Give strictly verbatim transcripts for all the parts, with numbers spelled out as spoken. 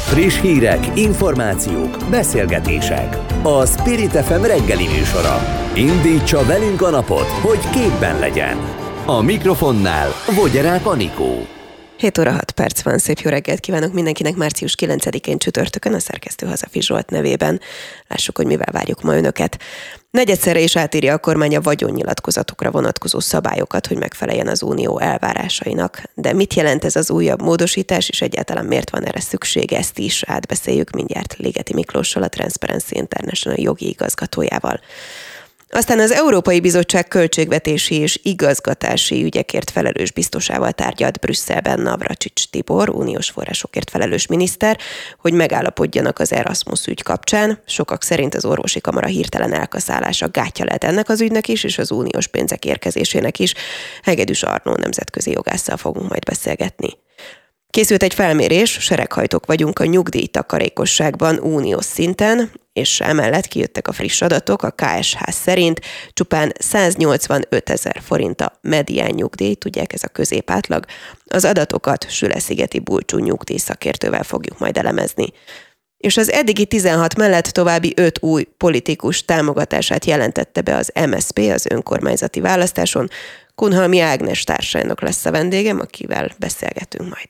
Friss hírek, információk, beszélgetések. A Spirit ef em reggeli műsora. Indítsa velünk a napot, hogy képben legyen. A mikrofonnál Vogyarák Anikó. hét óra hat perc van, szép jó reggelt kívánok mindenkinek március kilencedikén csütörtökön a szerkesztő Hazafi Zsolt nevében. Lássuk, hogy mivel várjuk ma önöket. Negyedszerre is átírja a kormány a vagyonnyilatkozatokra vonatkozó szabályokat, hogy megfeleljen az unió elvárásainak. De mit jelent ez az újabb módosítás, és egyáltalán miért van erre szükség, ezt is átbeszéljük mindjárt Ligeti Miklóssal, a Transparency International jogi igazgatójával. Aztán az Európai Bizottság költségvetési és igazgatási ügyekért felelős biztosával tárgyalt Brüsszelben Navracsics Tibor, uniós forrásokért felelős miniszter, hogy megállapodjanak az Erasmus ügy kapcsán. Sokak szerint az orvosi kamara hirtelen elkaszálása gátja lehet ennek az ügynek is, és az uniós pénzek érkezésének is. Hegedűs Arnó nemzetközi jogásszal fogunk majd beszélgetni. Készült egy felmérés, sereghajtók vagyunk a nyugdíjtakarékosságban uniós szinten, és emellett kijöttek a friss adatok, a ká es há szerint csupán száznyolcvanötezer forint a medián nyugdíj, tudják, ez a középátlag. Az adatokat Süleszigeti Bulcsú nyugdíjszakértővel fogjuk majd elemezni. És az eddigi tizenhat mellett további öt új politikus támogatását jelentette be az em es zé pé az önkormányzati választáson. Kunhalmi Ágnes társának lesz a vendégem, akivel beszélgetünk majd.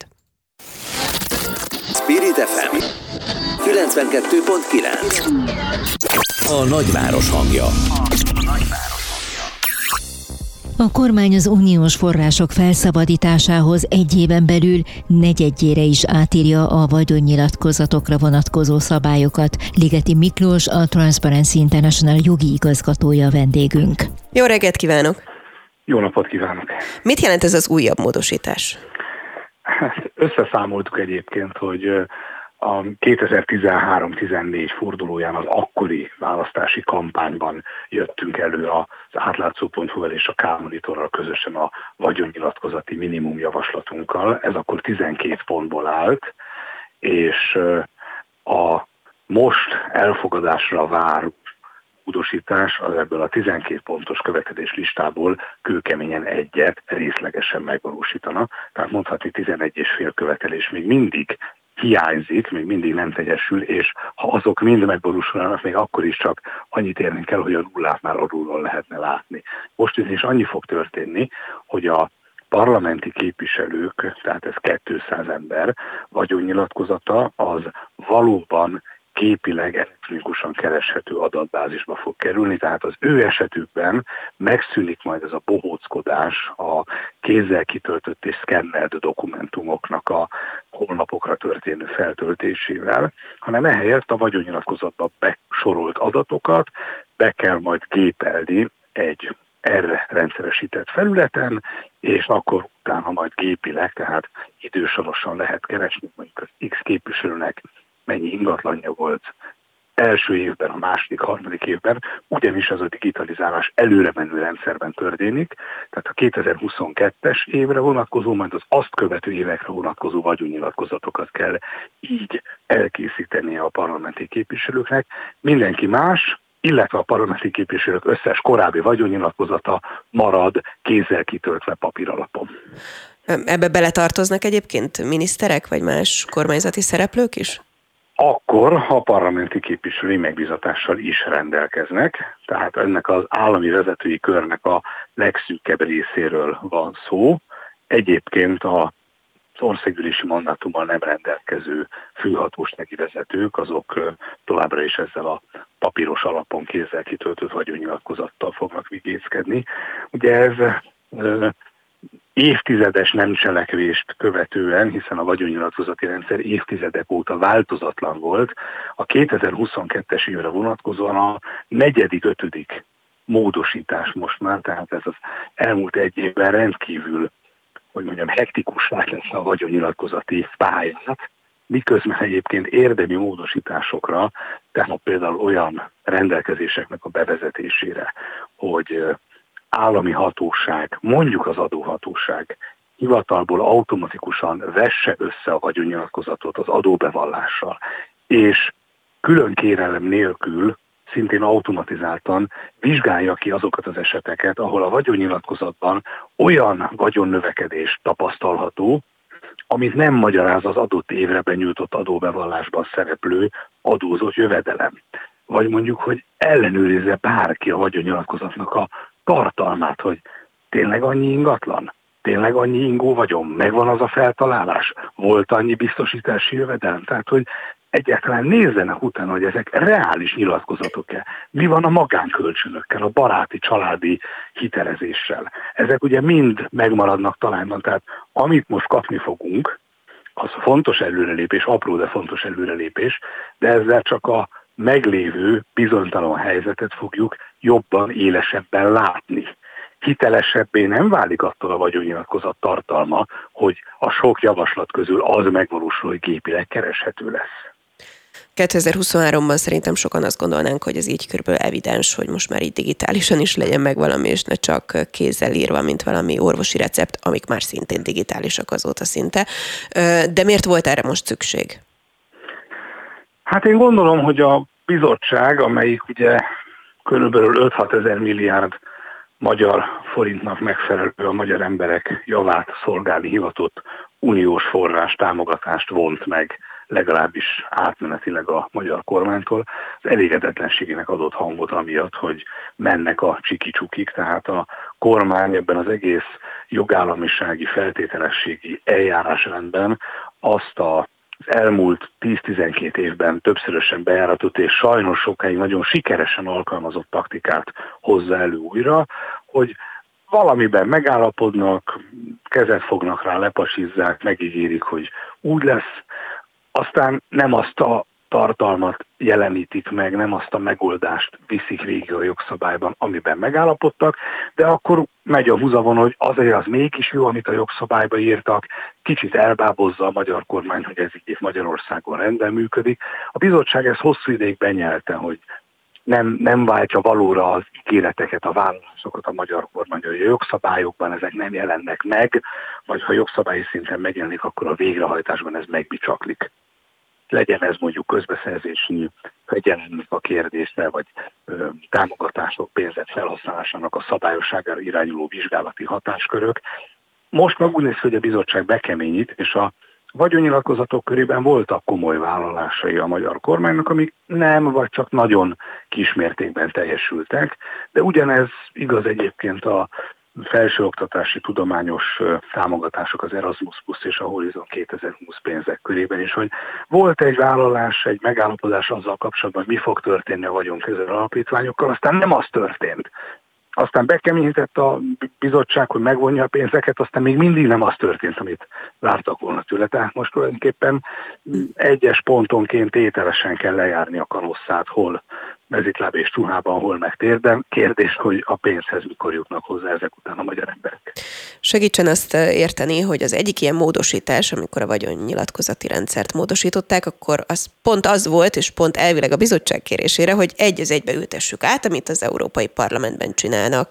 Spirit ef em kilencvenkettő pont kilenc. A nagyváros hangja. A kormány az uniós források felszabadításához egy éven belül negyedjére is átírja a vagyonnyilatkozatokra vonatkozó szabályokat. Ligeti Miklós, a Transparency International jogi igazgatója a vendégünk. Jó reggelt kívánok! Jó napot kívánok! Mit jelent ez az újabb módosítás? Összeszámoltuk egyébként, hogy a kétezer-tizenhárom tizennégy fordulóján az akkori választási kampányban jöttünk elő az átlátszó pont hu-val és a K-monitorral közösen a vagyonnyilatkozati minimum javaslatunkkal. Ez akkor tizenkét pontból állt, és a most elfogadásra váró módosítás az ebből a tizenkét pontos követelés listából kőkeményen egyet részlegesen megvalósítana. Tehát mondhatni tizenegy és fél követelés még mindig hiányzik, még mindig nem teljesül, és ha azok mind megvalósulnának, még akkor is csak annyit érnénk el, hogy a nullát már alulról lehetne látni. Most is annyi fog történni, hogy a parlamenti képviselők, tehát ez kétszáz ember vagyonnyilatkozata, az valóban képileg elektronikusan kereshető adatbázisba fog kerülni, tehát az ő esetükben megszűnik majd ez a bohóckodás a kézzel kitöltött és szkennelt dokumentumoknak a honlapokra történő feltöltésével, hanem ehelyett a vagyonnyilatkozatba besorolt adatokat be kell majd gépelni egy erre rendszeresített felületen, és akkor utána majd gépileg, tehát idősorosan lehet keresni, mondjuk az X képviselőnek mennyi ingatlanja volt első évben, a második, harmadik évben, ugyanis az a digitalizálás előre menő rendszerben történik, tehát a kétezer-huszonkettes évre vonatkozó, majd az azt követő évekre vonatkozó vagyonnyilatkozatokat kell így elkészítenie a parlamenti képviselőknek. Mindenki más, illetve a parlamenti képviselők összes korábbi vagyonnyilatkozata marad kézzel kitöltve papíralapon. Ebbe beletartoznak egyébként miniszterek, vagy más kormányzati szereplők is? Akkor, ha parlamenti képviselői megbízatással is rendelkeznek, tehát ennek az állami vezetői körnek a legszűkebb részéről van szó. Egyébként az országgyűlési mandátummal nem rendelkező főhatósági vezetők, azok továbbra is ezzel a papíros alapon kézzel kitöltött vagyonnyilatkozattal fognak vigészkedni. Ugye ez évtizedes nem cselekvést követően, hiszen a vagyonnyilatkozati rendszer évtizedek óta változatlan volt, a kétezer-huszonkettes évre vonatkozóan a negyedik, ötödik módosítás most már, tehát ez az elmúlt egy évben rendkívül, hogy mondjam, hektikussá lesz a vagyonnyilatkozati pályát, miközben egyébként érdemi módosításokra, tehát például olyan rendelkezéseknek a bevezetésére, hogy állami hatóság, mondjuk az adóhatóság hivatalból automatikusan vesse össze a vagyonnyilatkozatot az adóbevallással, és külön kérelem nélkül szintén automatizáltan vizsgálja ki azokat az eseteket, ahol a vagyonnyilatkozatban olyan vagyonnövekedés tapasztalható, amit nem magyaráz az adott évre benyújtott adóbevallásban szereplő adózott jövedelem. Vagy mondjuk, hogy ellenőrizze bárki a vagyonnyilatkozatnak a tartalmát, hogy tényleg annyi ingatlan? Tényleg annyi ingó vagyon? Megvan az a feltalálás? Volt annyi biztosítási jövedelem? Tehát, hogy egyáltalán nézzenek utána, hogy ezek reális nyilatkozatok-e. Mi van a magánkölcsönökkel, a baráti, családi hitelezéssel? Ezek ugye mind megmaradnak talán, tehát amit most kapni fogunk, az fontos előrelépés, apró, de fontos előrelépés, de ezzel csak a meglévő bizonytalan helyzetet fogjuk jobban, élesebben látni. Hitelesebbé nem válik attól a vagyonnyilatkozat tartalma, hogy a sok javaslat közül az megvalósul, hogy gépileg kereshető lesz. kétezer-huszonháromban szerintem sokan azt gondolnánk, hogy ez így körülbelül evidens, hogy most már így digitálisan is legyen meg valami, és ne csak kézzel írva, mint valami orvosi recept, amik már szintén digitálisak azóta szinte. De miért volt erre most szükség? Hát én gondolom, hogy a bizottság, amelyik ugye körülbelül öt-hat ezer milliárd magyar forintnak megfelelő a magyar emberek javát szolgálni hivatott uniós forrás támogatást vont meg legalábbis átmenetileg a magyar kormánytól, az elégedetlenségének adott hangot amiatt, hogy mennek a csiki-csukik, tehát a kormány ebben az egész jogállamisági, feltételességi eljárásrendben azt a az elmúlt tíz-tizenkét évben többszörösen bejáratott és sajnos sokáig nagyon sikeresen alkalmazott taktikát hozza elő újra, hogy valamiben megállapodnak, kezet fognak rá, lepasizzák, megígérik, hogy úgy lesz, aztán nem azt a tartalmat jelenítik meg, nem azt a megoldást viszik végig a jogszabályban, amiben megállapodtak, de akkor megy a húzavon, hogy azért az mégis jó, amit a jogszabályba írtak, kicsit elbábozza a magyar kormány, hogy ez így Magyarországon rendben működik. A bizottság ezt hosszú ideig benyelte, hogy nem, nem váltja valóra az ígéreteket, a vállalásokat a magyar kormány, hogy a jogszabályokban ezek nem jelennek meg, vagy ha jogszabályi szinten megjelenik, akkor a végrehajtásban ez megbicsaklik. Legyen ez mondjuk közbeszerzési fegyelemnek a kérdése, vagy ö, támogatások, pénzek felhasználásának a szabályosságára irányuló vizsgálati hatáskörök. Most meg úgy néz, hogy a bizottság bekeményít, és a vagyonnyilatkozatok körében voltak komoly vállalásai a magyar kormánynak, amik nem, vagy csak nagyon kismértékben teljesültek, de ugyanez igaz egyébként a felsőoktatási tudományos támogatások, az Erasmus Plus és a Horizon kétezer-húsz pénzek körében is, hogy volt egy vállalás, egy megállapodás azzal kapcsolatban, hogy mi fog történni a vagyonkezelő alapítványokkal, aztán nem az történt. Aztán bekeményített a bizottság, hogy megvonja a pénzeket, aztán még mindig nem az történt, amit vártak volna tőle. Tehát most tulajdonképpen egyes pontonként tételesen kell lejárni a kanosszát, hol mezitláb és csuhában, hol meg térden. Kérdés, hogy a pénzhez mikor jutnak hozzá ezek után a magyar emberek. Segítsen azt érteni, hogy az egyik ilyen módosítás, amikor a vagyonnyilatkozati rendszert módosították, akkor az pont az volt, és pont elvileg a bizottság kérésére, hogy egy az egybe ültessük át, amit az Európai Parlamentben csinálnak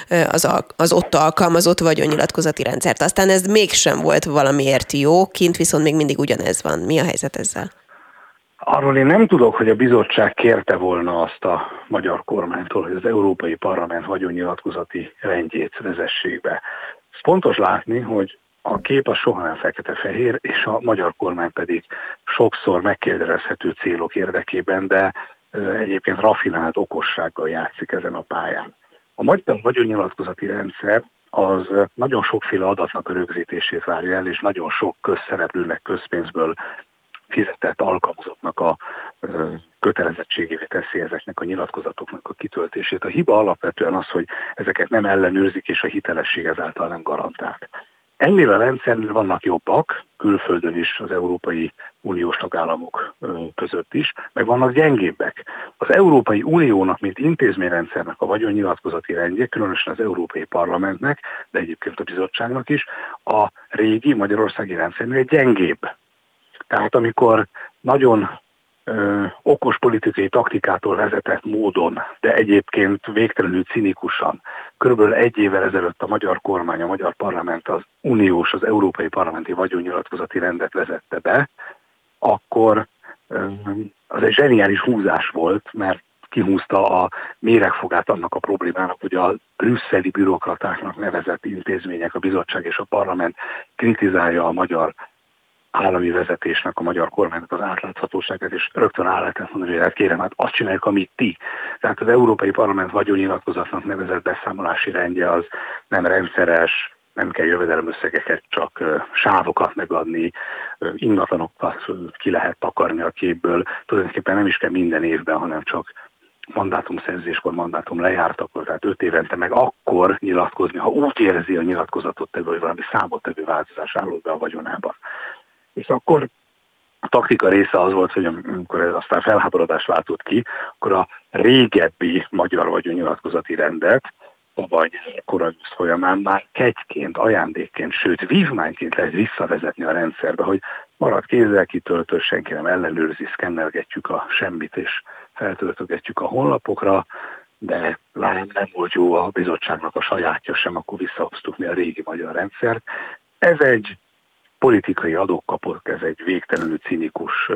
az, az ott alkalmazott vagyonnyilatkozati rendszert. Aztán ez mégsem volt valamiért jó, kint viszont még mindig ugyanez van. Mi a helyzet ezzel? Arról én nem tudok, hogy a bizottság kérte volna azt a magyar kormánytól, hogy az Európai Parlament vagyonnyilatkozati rendjét vezessék be. Ez fontos látni, hogy a kép az soha nem fekete-fehér, és a magyar kormány pedig sokszor megkérdezhető célok érdekében, de egyébként raffinált okossággal játszik ezen a pályán. A magyar vagyonnyilatkozati rendszer az nagyon sokféle adatnak a rögzítését várja el, és nagyon sok közszereplőnek közpénzből fizetett alkalmazottnak a kötelezettségévé teszi ezeknek a nyilatkozatoknak a kitöltését. A hiba alapvetően az, hogy ezeket nem ellenőrzik, és a hitelesség ezáltal nem garantált. Ennél a rendszernél vannak jobbak, külföldön is, az Európai Uniós tagállamok között is, meg vannak gyengébbek. Az Európai Uniónak, mint intézményrendszernek a vagyonnyilatkozati rendje, különösen az Európai Parlamentnek, de egyébként a bizottságnak is, a régi magyarországi rendszernél gyengébb. Tehát amikor nagyon ö, okos politikai taktikától vezetett módon, de egyébként végtelenül cinikusan, körülbelül egy évvel ezelőtt a magyar kormány, a magyar parlament az uniós, az európai parlamenti vagyonnyilatkozati rendet vezette be, akkor ö, az egy zseniális húzás volt, mert kihúzta a méregfogát annak a problémának, hogy a brüsszeli bürokratáknak nevezett intézmények, a bizottság és a parlament kritizálja a magyar állami vezetésnek, a magyar kormánynak az átláthatóságát, és rögtön áll lehetett mondani, hogy hát kérem, hát azt csináljuk, amit ti. Tehát az Európai Parlament vagyonnyilatkozatnak nevezett beszámolási rendje az nem rendszeres, nem kell jövedelemösszegeket, csak sávokat megadni, ingatlanokat ki lehet takarni a képből. Tulajdonképpen nem is kell minden évben, hanem csak mandátumszerzéskor, mandátum lejártakor, tehát öt évente meg akkor nyilatkozni, ha úgy érzi a nyilatkozatot tevő, hogy valami számottevő változás állott be a vagyonában. És akkor a taktika része az volt, hogy amikor ez aztán felháborodás váltott ki, akkor a régebbi magyar vagyonnyilatkozati rendet tavaly koronavírus folyamán már kegyként, ajándékként, sőt vívmányként lehet visszavezetni a rendszerbe, hogy marad kézzel kitöltő, senki nem ellenőrzi, szkennelgetjük a semmit és feltöltögetjük a honlapokra, de lám nem volt jó a bizottságnak a sajátja sem, akkor visszahoztuk mi a régi magyar rendszert. Ez egy politikai adókkapok, ez egy végtelenül cinikus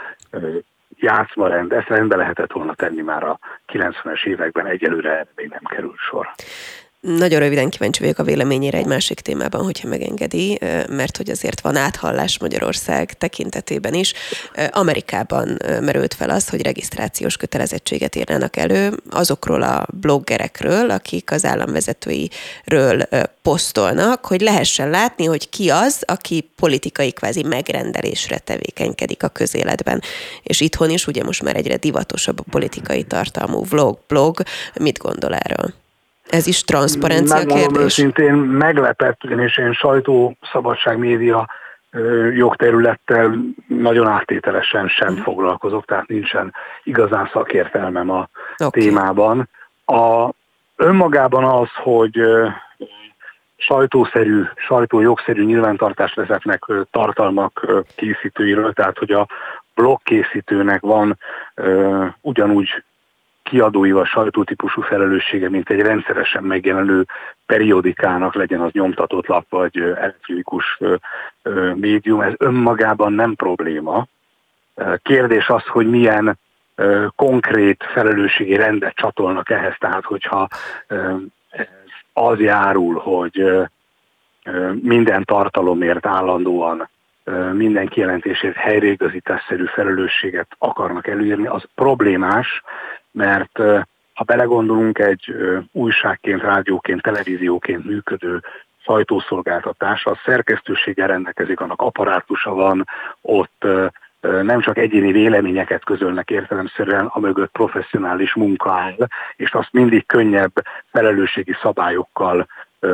játszmarend, ezt rendbe lehetett volna tenni már a kilencvenes években, egyelőre még nem került sor. Nagyon röviden kíváncsi vagyok a véleményére egy másik témában, hogyha megengedi, mert hogy azért van áthallás Magyarország tekintetében is. Amerikában merült fel az, hogy regisztrációs kötelezettséget írnának elő azokról a bloggerekről, akik az államvezetőiről posztolnak, hogy lehessen látni, hogy ki az, aki politikai kvázi megrendelésre tevékenykedik a közéletben. És itthon is ugye most már egyre divatosabb a politikai tartalmú vlog, blog. Mit gondol erről? Ez is transzparencia kérdés? Megmondom őszintén, meglepett, ugyanis én sajtó, szabadság, média jogterülettel nagyon áttételesen sem mm. foglalkozok, tehát nincsen igazán szakértelmem a okay. témában. A, önmagában az, hogy sajtószerű, sajtójogszerű nyilvántartást vezetnek tartalmak készítőiről, tehát hogy a blogkészítőnek van uh, ugyanúgy kiadói vagy sajtótípusú felelőssége, mint egy rendszeresen megjelenő periódikának, legyen az nyomtatott lap vagy elektronikus médium, ez önmagában nem probléma. Kérdés az, hogy milyen konkrét felelősségi rendet csatolnak ehhez, tehát hogyha az járul, hogy minden tartalomért állandóan minden kijelentésért helyreigazításszerű felelősséget akarnak előírni, az problémás, mert ha belegondolunk, egy újságként, rádióként, televízióként működő sajtószolgáltatás, a szerkesztőséggel rendelkezik, annak apparátusa van, ott nem csak egyéni véleményeket közölnek értelemszerűen, amögött professzionális munka áll, és azt mindig könnyebb felelősségi szabályokkal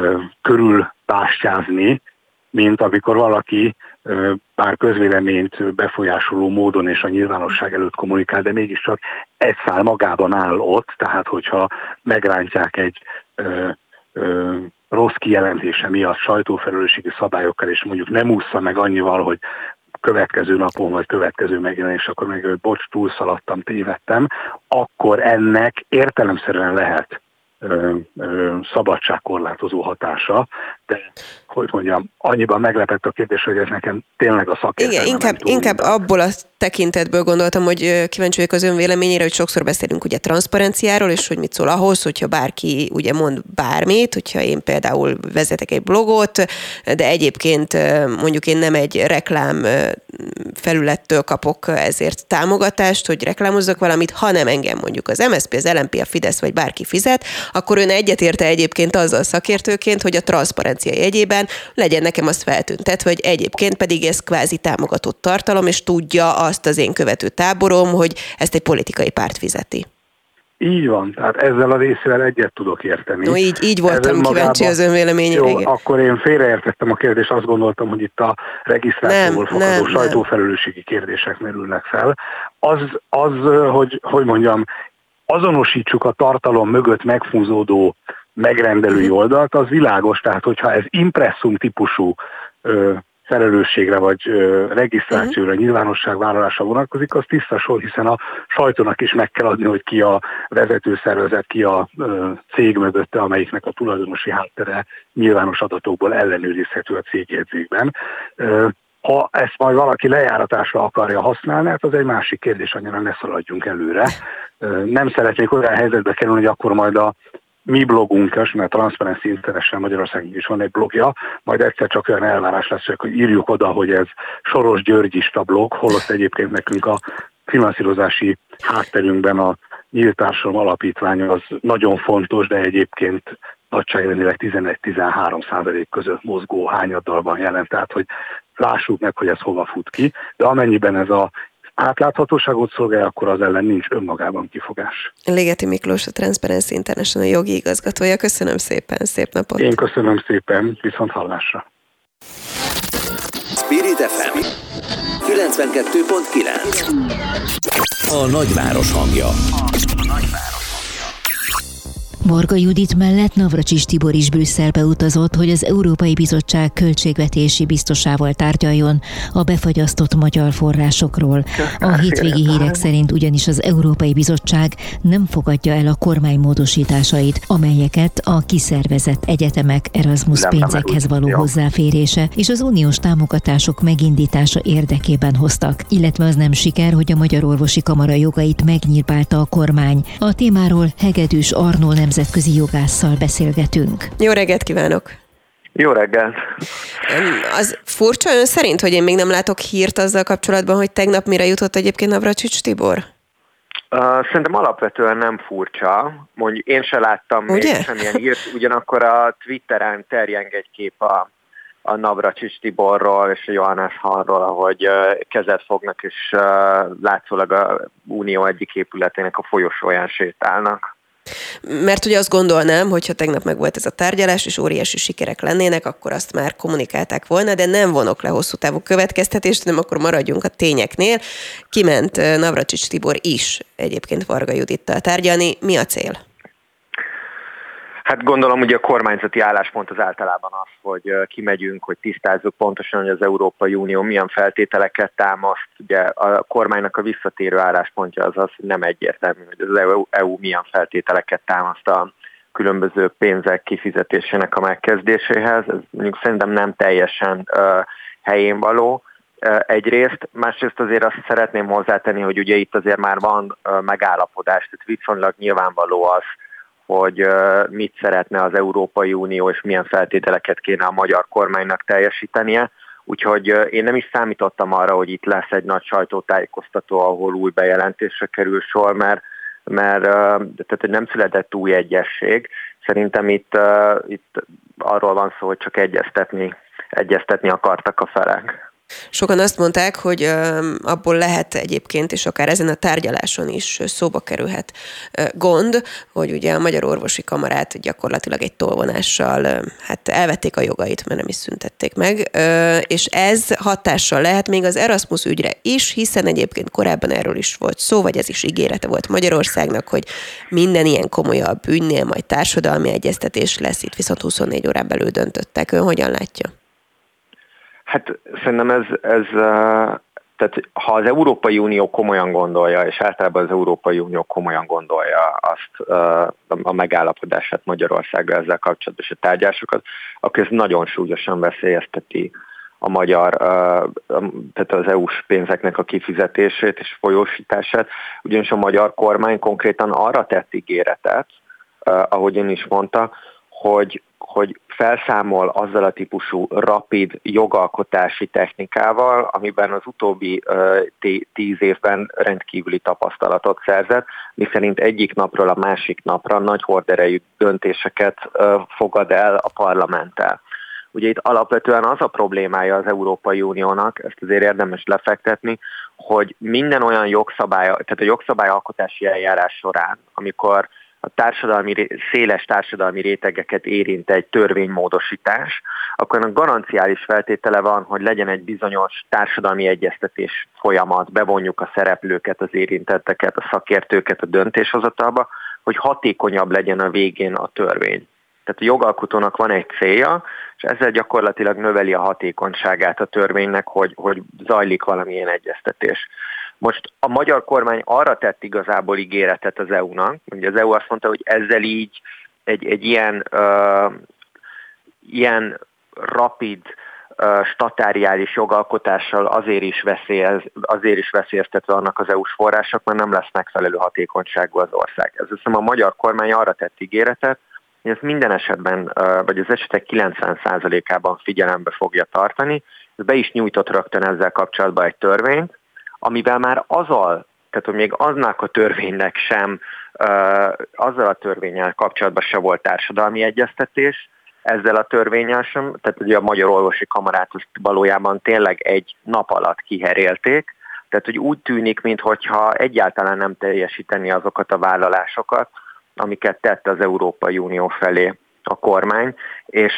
körülbástyázni, mint amikor valaki bár közvéleményt befolyásoló módon és a nyilvánosság előtt kommunikál, de mégiscsak egy szál magában áll ott, tehát hogyha megrántják egy ö, ö, rossz kijelentése miatt sajtófelelősségi szabályokkal, és mondjuk nem ússza meg annyival, hogy következő napon vagy következő megjelenés, akkor meg, hogy bocs, túlszaladtam, tévedtem, akkor ennek értelemszerűen lehet Ö, ö, szabadságkorlátozó hatása, de hogy mondjam, annyiban meglepett a kérdés, hogy ez nekem tényleg a szakértelmem. Igen, inkább, inkább abból a tekintetből gondoltam, hogy kíváncsi vagyok az ön véleményére, hogy sokszor beszélünk ugye transzparenciáról, és hogy mit szól ahhoz, hogyha bárki ugye mond bármit, hogyha én például vezetek egy blogot, de egyébként mondjuk én nem egy reklám felülettől kapok ezért támogatást, hogy reklámozzak valamit, hanem engem mondjuk az em es zé pé, az el em pé, a Fidesz vagy bárki fizet, akkor ön egyetérte egyébként azzal szakértőként, hogy a transzparencia jegyében legyen nekem azt feltüntetve, hogy egyébként pedig ez kvázi támogatott tartalom, és tudja azt az én követő táborom, hogy ezt egy politikai párt fizeti. Így van, tehát ezzel a részével egyet tudok érteni. No, így, így voltam magában kíváncsi az ön véleményére. Jó, akkor én félreértettem a kérdést, azt gondoltam, hogy itt a regisztrációból fakadó sajtófelelősségi kérdések merülnek fel. Az, az hogy, hogy mondjam, azonosítsuk a tartalom mögött megfúzódó megrendelői oldalt, az világos, tehát hogyha ez impresszum típusú ö, felelősségre vagy ö, regisztrációra, uh-huh. nyilvánosságvállalásra vonatkozik, az tiszta sor, hiszen a sajtónak is meg kell adni, hogy ki a vezetőszervezet, ki a ö, cég mögötte, amelyiknek a tulajdonosi háttere nyilvános adatokból ellenőrizhető a cégjegyzékben. Ö, Ha ezt majd valaki lejáratásra akarja használni, hát az egy másik kérdés, annyira ne szaladjunk előre. Nem szeretnék olyan helyzetbe kerülni, hogy akkor majd a mi blogunk, mert Transparency International Magyarországon is van egy blogja, majd egyszer csak olyan elvárás lesz, hogy írjuk oda, hogy ez Soros Györgyista blog, holott egyébként nekünk a finanszírozási hátterünkben a Nyílt Társadalom Alapítvány az nagyon fontos, de egyébként nagyságrendileg tizenegy-tizenhárom százalék között mozgó hányaddal van jelen, tehát hogy lássuk meg, hogy ez hova fut ki, de amennyiben ez a átláthatóságot szolgálja, akkor az ellen nincs önmagában kifogás. Ligeti Miklós, a Transparency International jogi igazgatója. Köszönöm szépen, szép napot! Én köszönöm szépen, viszont hallásra! Spirit ef em kilencvenkettő pont kilenc. A nagyváros hangja. Varga Judit mellett Navracsics Tibor is Brüsszelbe utazott, hogy az Európai Bizottság költségvetési biztosával tárgyaljon a befagyasztott magyar forrásokról. A hétvégi hírek szerint ugyanis az Európai Bizottság nem fogadja el a kormány módosításait, amelyeket a kiszervezett egyetemek Erasmus pénzekhez való hozzáférése és az uniós támogatások megindítása érdekében hoztak, illetve az nem siker, hogy a Magyar Orvosi Kamara jogait megnyírbálta a kormány. A témáról Hegedűs Arnó nemzetközi jogásszal beszélgetünk. Jó reggelt kívánok! Jó reggelt! Az furcsa ön szerint, hogy én még nem látok hírt azzal kapcsolatban, hogy tegnap mire jutott egyébként Navracsics Tibor? Uh, szerintem alapvetően nem furcsa. Mondjuk én se láttam még semmilyen hírt, ugyanakkor a Twitteren terjeng egy kép a, a Navracsics Tiborról és a Johannes Hahnról, ahogy uh, kezet fognak, és uh, látszólag a Unió egyik épületének a folyosóján sétálnak. Mert ugye azt gondolnám, hogyha tegnap meg volt ez a tárgyalás, és óriási sikerek lennének, akkor azt már kommunikálták volna, de nem vonok le hosszú távú következtetést, hanem akkor maradjunk a tényeknél. Kiment Navracsics Tibor is egyébként Varga Judittal tárgyalni. Mi a cél? Hát gondolom, hogy a kormányzati álláspont az általában az, hogy kimegyünk, hogy tisztázzuk pontosan, hogy az Európai Unió milyen feltételeket támaszt. Ugye a kormánynak a visszatérő álláspontja az az, hogy nem egyértelmű, hogy az é u milyen feltételeket támaszt a különböző pénzek kifizetésének a megkezdéséhez. Ez mondjuk szerintem nem teljesen uh, helyén való. Uh, egyrészt, másrészt azért azt szeretném hozzátenni, hogy ugye itt azért már van uh, megállapodás, tehát viszonylag nyilvánvaló az, hogy mit szeretne az Európai Unió, és milyen feltételeket kéne a magyar kormánynak teljesítenie. Úgyhogy én nem is számítottam arra, hogy itt lesz egy nagy sajtótájékoztató, ahol új bejelentésre kerül sor, mert, mert tehát nem született új egyezség. Szerintem itt, itt arról van szó, hogy csak egyeztetni, egyeztetni akartak a felek. Sokan azt mondták, hogy abból lehet egyébként, és akár ezen a tárgyaláson is szóba kerülhet gond, hogy ugye a Magyar Orvosi Kamarát gyakorlatilag egy tolvonással hát elvették a jogait, mert nem is szüntették meg, és ez hatással lehet még az Erasmus ügyre is, hiszen egyébként korábban erről is volt szó, vagy ez is ígérete volt Magyarországnak, hogy minden ilyen komolyabb ügynél majd társadalmi egyeztetés lesz, itt viszont huszonnégy órán belül döntöttek. Ön hogyan látja? Hát szerintem ez, ez, tehát ha az Európai Unió komolyan gondolja, és általában az Európai Unió komolyan gondolja azt a megállapodását Magyarországra ezzel kapcsolatban, és a tárgyásokat, akkor ez nagyon súlyosan veszélyezteti a magyar, tehát az é u-s pénzeknek a kifizetését és folyósítását, ugyanis a magyar kormány konkrétan arra tett ígéretet, ahogy ön is mondta, hogy hogy felszámol azzal a típusú rapid jogalkotási technikával, amiben az utóbbi uh, tíz évben rendkívüli tapasztalatot szerzett, miszerint egyik napról a másik napra nagy horderejű döntéseket uh, fogad el a parlamenttel. Ugye itt alapvetően az a problémája az Európai Uniónak, ezt azért érdemes lefektetni, hogy minden olyan jogszabály, tehát a jogszabályalkotási eljárás során, amikor a társadalmi, széles társadalmi rétegeket érint egy törvénymódosítás, akkor a garanciális feltétele van, hogy legyen egy bizonyos társadalmi egyeztetés folyamat, bevonjuk a szereplőket, az érintetteket, a szakértőket a döntéshozatalba, hogy hatékonyabb legyen a végén a törvény. Tehát a jogalkotónak van egy célja, és ezzel gyakorlatilag növeli a hatékonyságát a törvénynek, hogy, hogy zajlik valamilyen egyeztetés. Most a magyar kormány arra tett igazából ígéretet az é u-nak, ugye az é u azt mondta, hogy ezzel így egy, egy ilyen, uh, ilyen rapid statáriális jogalkotással azért is, veszélyez, azért is veszélyeztetve annak az é u-s források, mert nem lesz megfelelő hatékonyságú az ország. Ez hiszem a magyar kormány arra tett ígéretet, hogy ezt minden esetben, vagy az esetek kilencven százalékában figyelembe fogja tartani. Be is nyújtott rögtön ezzel kapcsolatban egy törvényt, amivel már azzal, tehát hogy még aznak a törvénynek sem, azzal a törvénnyel kapcsolatban se volt társadalmi egyeztetés, ezzel a törvénnyel sem, tehát ugye a Magyar Orvosi Kamarát valójában tényleg egy nap alatt kiherélték, tehát hogy úgy tűnik, mintha egyáltalán nem teljesíteni azokat a vállalásokat, amiket tett az Európai Unió felé a kormány, és,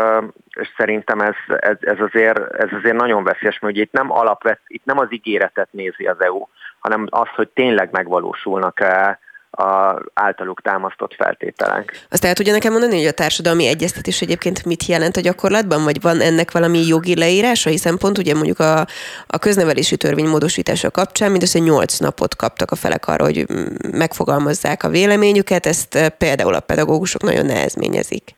és szerintem ez, ez, ez, azért, ez azért nagyon veszélyes, mert ugye itt nem alapvet, itt nem az ígéretet nézi az é u, hanem az, hogy tényleg megvalósulnak-e az általuk támasztott feltételek. Azt el tudja nekem mondani, hogy a társadalmi egyeztetés egyébként mit jelent a gyakorlatban, vagy van ennek valami jogi leírása, hiszen pont ugye mondjuk a, a köznevelési törvény módosítása kapcsán mindössze nyolc napot kaptak a felek arra, hogy megfogalmazzák a véleményüket, ezt például a pedagógusok nagyon nehezményezik.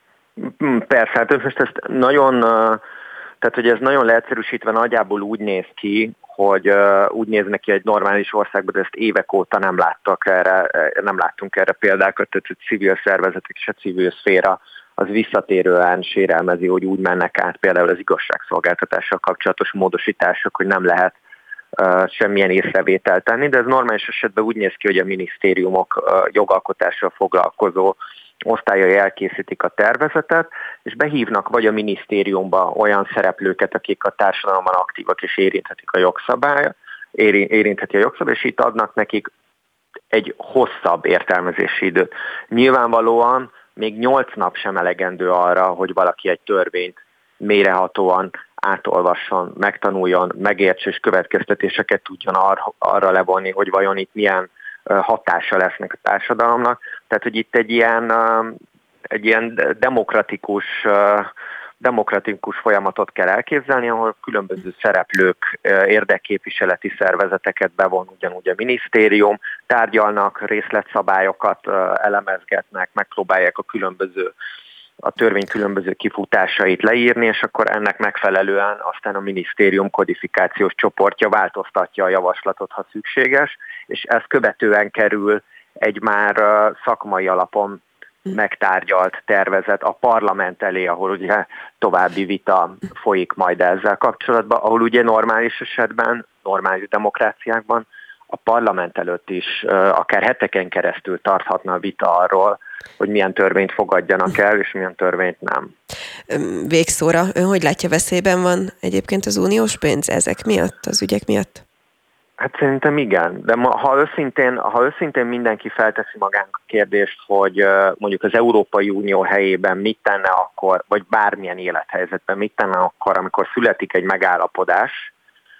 Persze, hát most ezt nagyon, tehát hogy ez nagyon leegyszerűsítve nagyjából úgy néz ki, hogy uh, úgy néz neki egy normális országban, de ezt évek óta nem láttak erre, nem láttunk erre példákat, tehát a civil szervezetek és a civil szféra az visszatérően sérelmezi, hogy úgy mennek át például az igazságszolgáltatással kapcsolatos módosítások, hogy nem lehet uh, semmilyen észrevételt tenni, de ez normális esetben úgy néz ki, hogy a minisztériumok uh, jogalkotással foglalkozó osztályai elkészítik a tervezetet, és behívnak vagy a minisztériumba olyan szereplőket, akik a társadalomban aktívak és érinthetik a jogszabály, érintheti a jogszabály, és itt adnak nekik egy hosszabb értelmezési időt. Nyilvánvalóan még nyolc nap sem elegendő arra, hogy valaki egy törvényt mélyrehatóan átolvasson, megtanuljon, megértse és következtetéseket tudjon arra, arra levonni, hogy vajon itt milyen hatása lesznek a társadalomnak. Tehát, hogy itt egy ilyen, egy ilyen demokratikus, demokratikus folyamatot kell elképzelni, ahol különböző szereplők, érdekképviseleti szervezeteket bevon ugyanúgy a minisztérium, tárgyalnak, részletszabályokat elemezgetnek, megpróbálják a különböző a törvény különböző kifutásait leírni, és akkor ennek megfelelően aztán a minisztérium kodifikációs csoportja változtatja a javaslatot, ha szükséges, és ezt követően kerül egy már szakmai alapon megtárgyalt tervezet a parlament elé, ahol ugye további vita folyik majd ezzel kapcsolatban, ahol ugye normális esetben, normális demokráciákban a parlament előtt is akár heteken keresztül tarthatna a vita arról, hogy milyen törvényt fogadjanak el, és milyen törvényt nem. Végszóra, ön hogy látja, veszélyben van egyébként az uniós pénz ezek miatt, az ügyek miatt? Hát szerintem igen, de ma, ha, őszintén, ha őszintén mindenki felteszi magának a kérdést, hogy mondjuk az Európai Unió helyében mit tenne akkor, vagy bármilyen élethelyzetben mit tenne akkor, amikor születik egy megállapodás,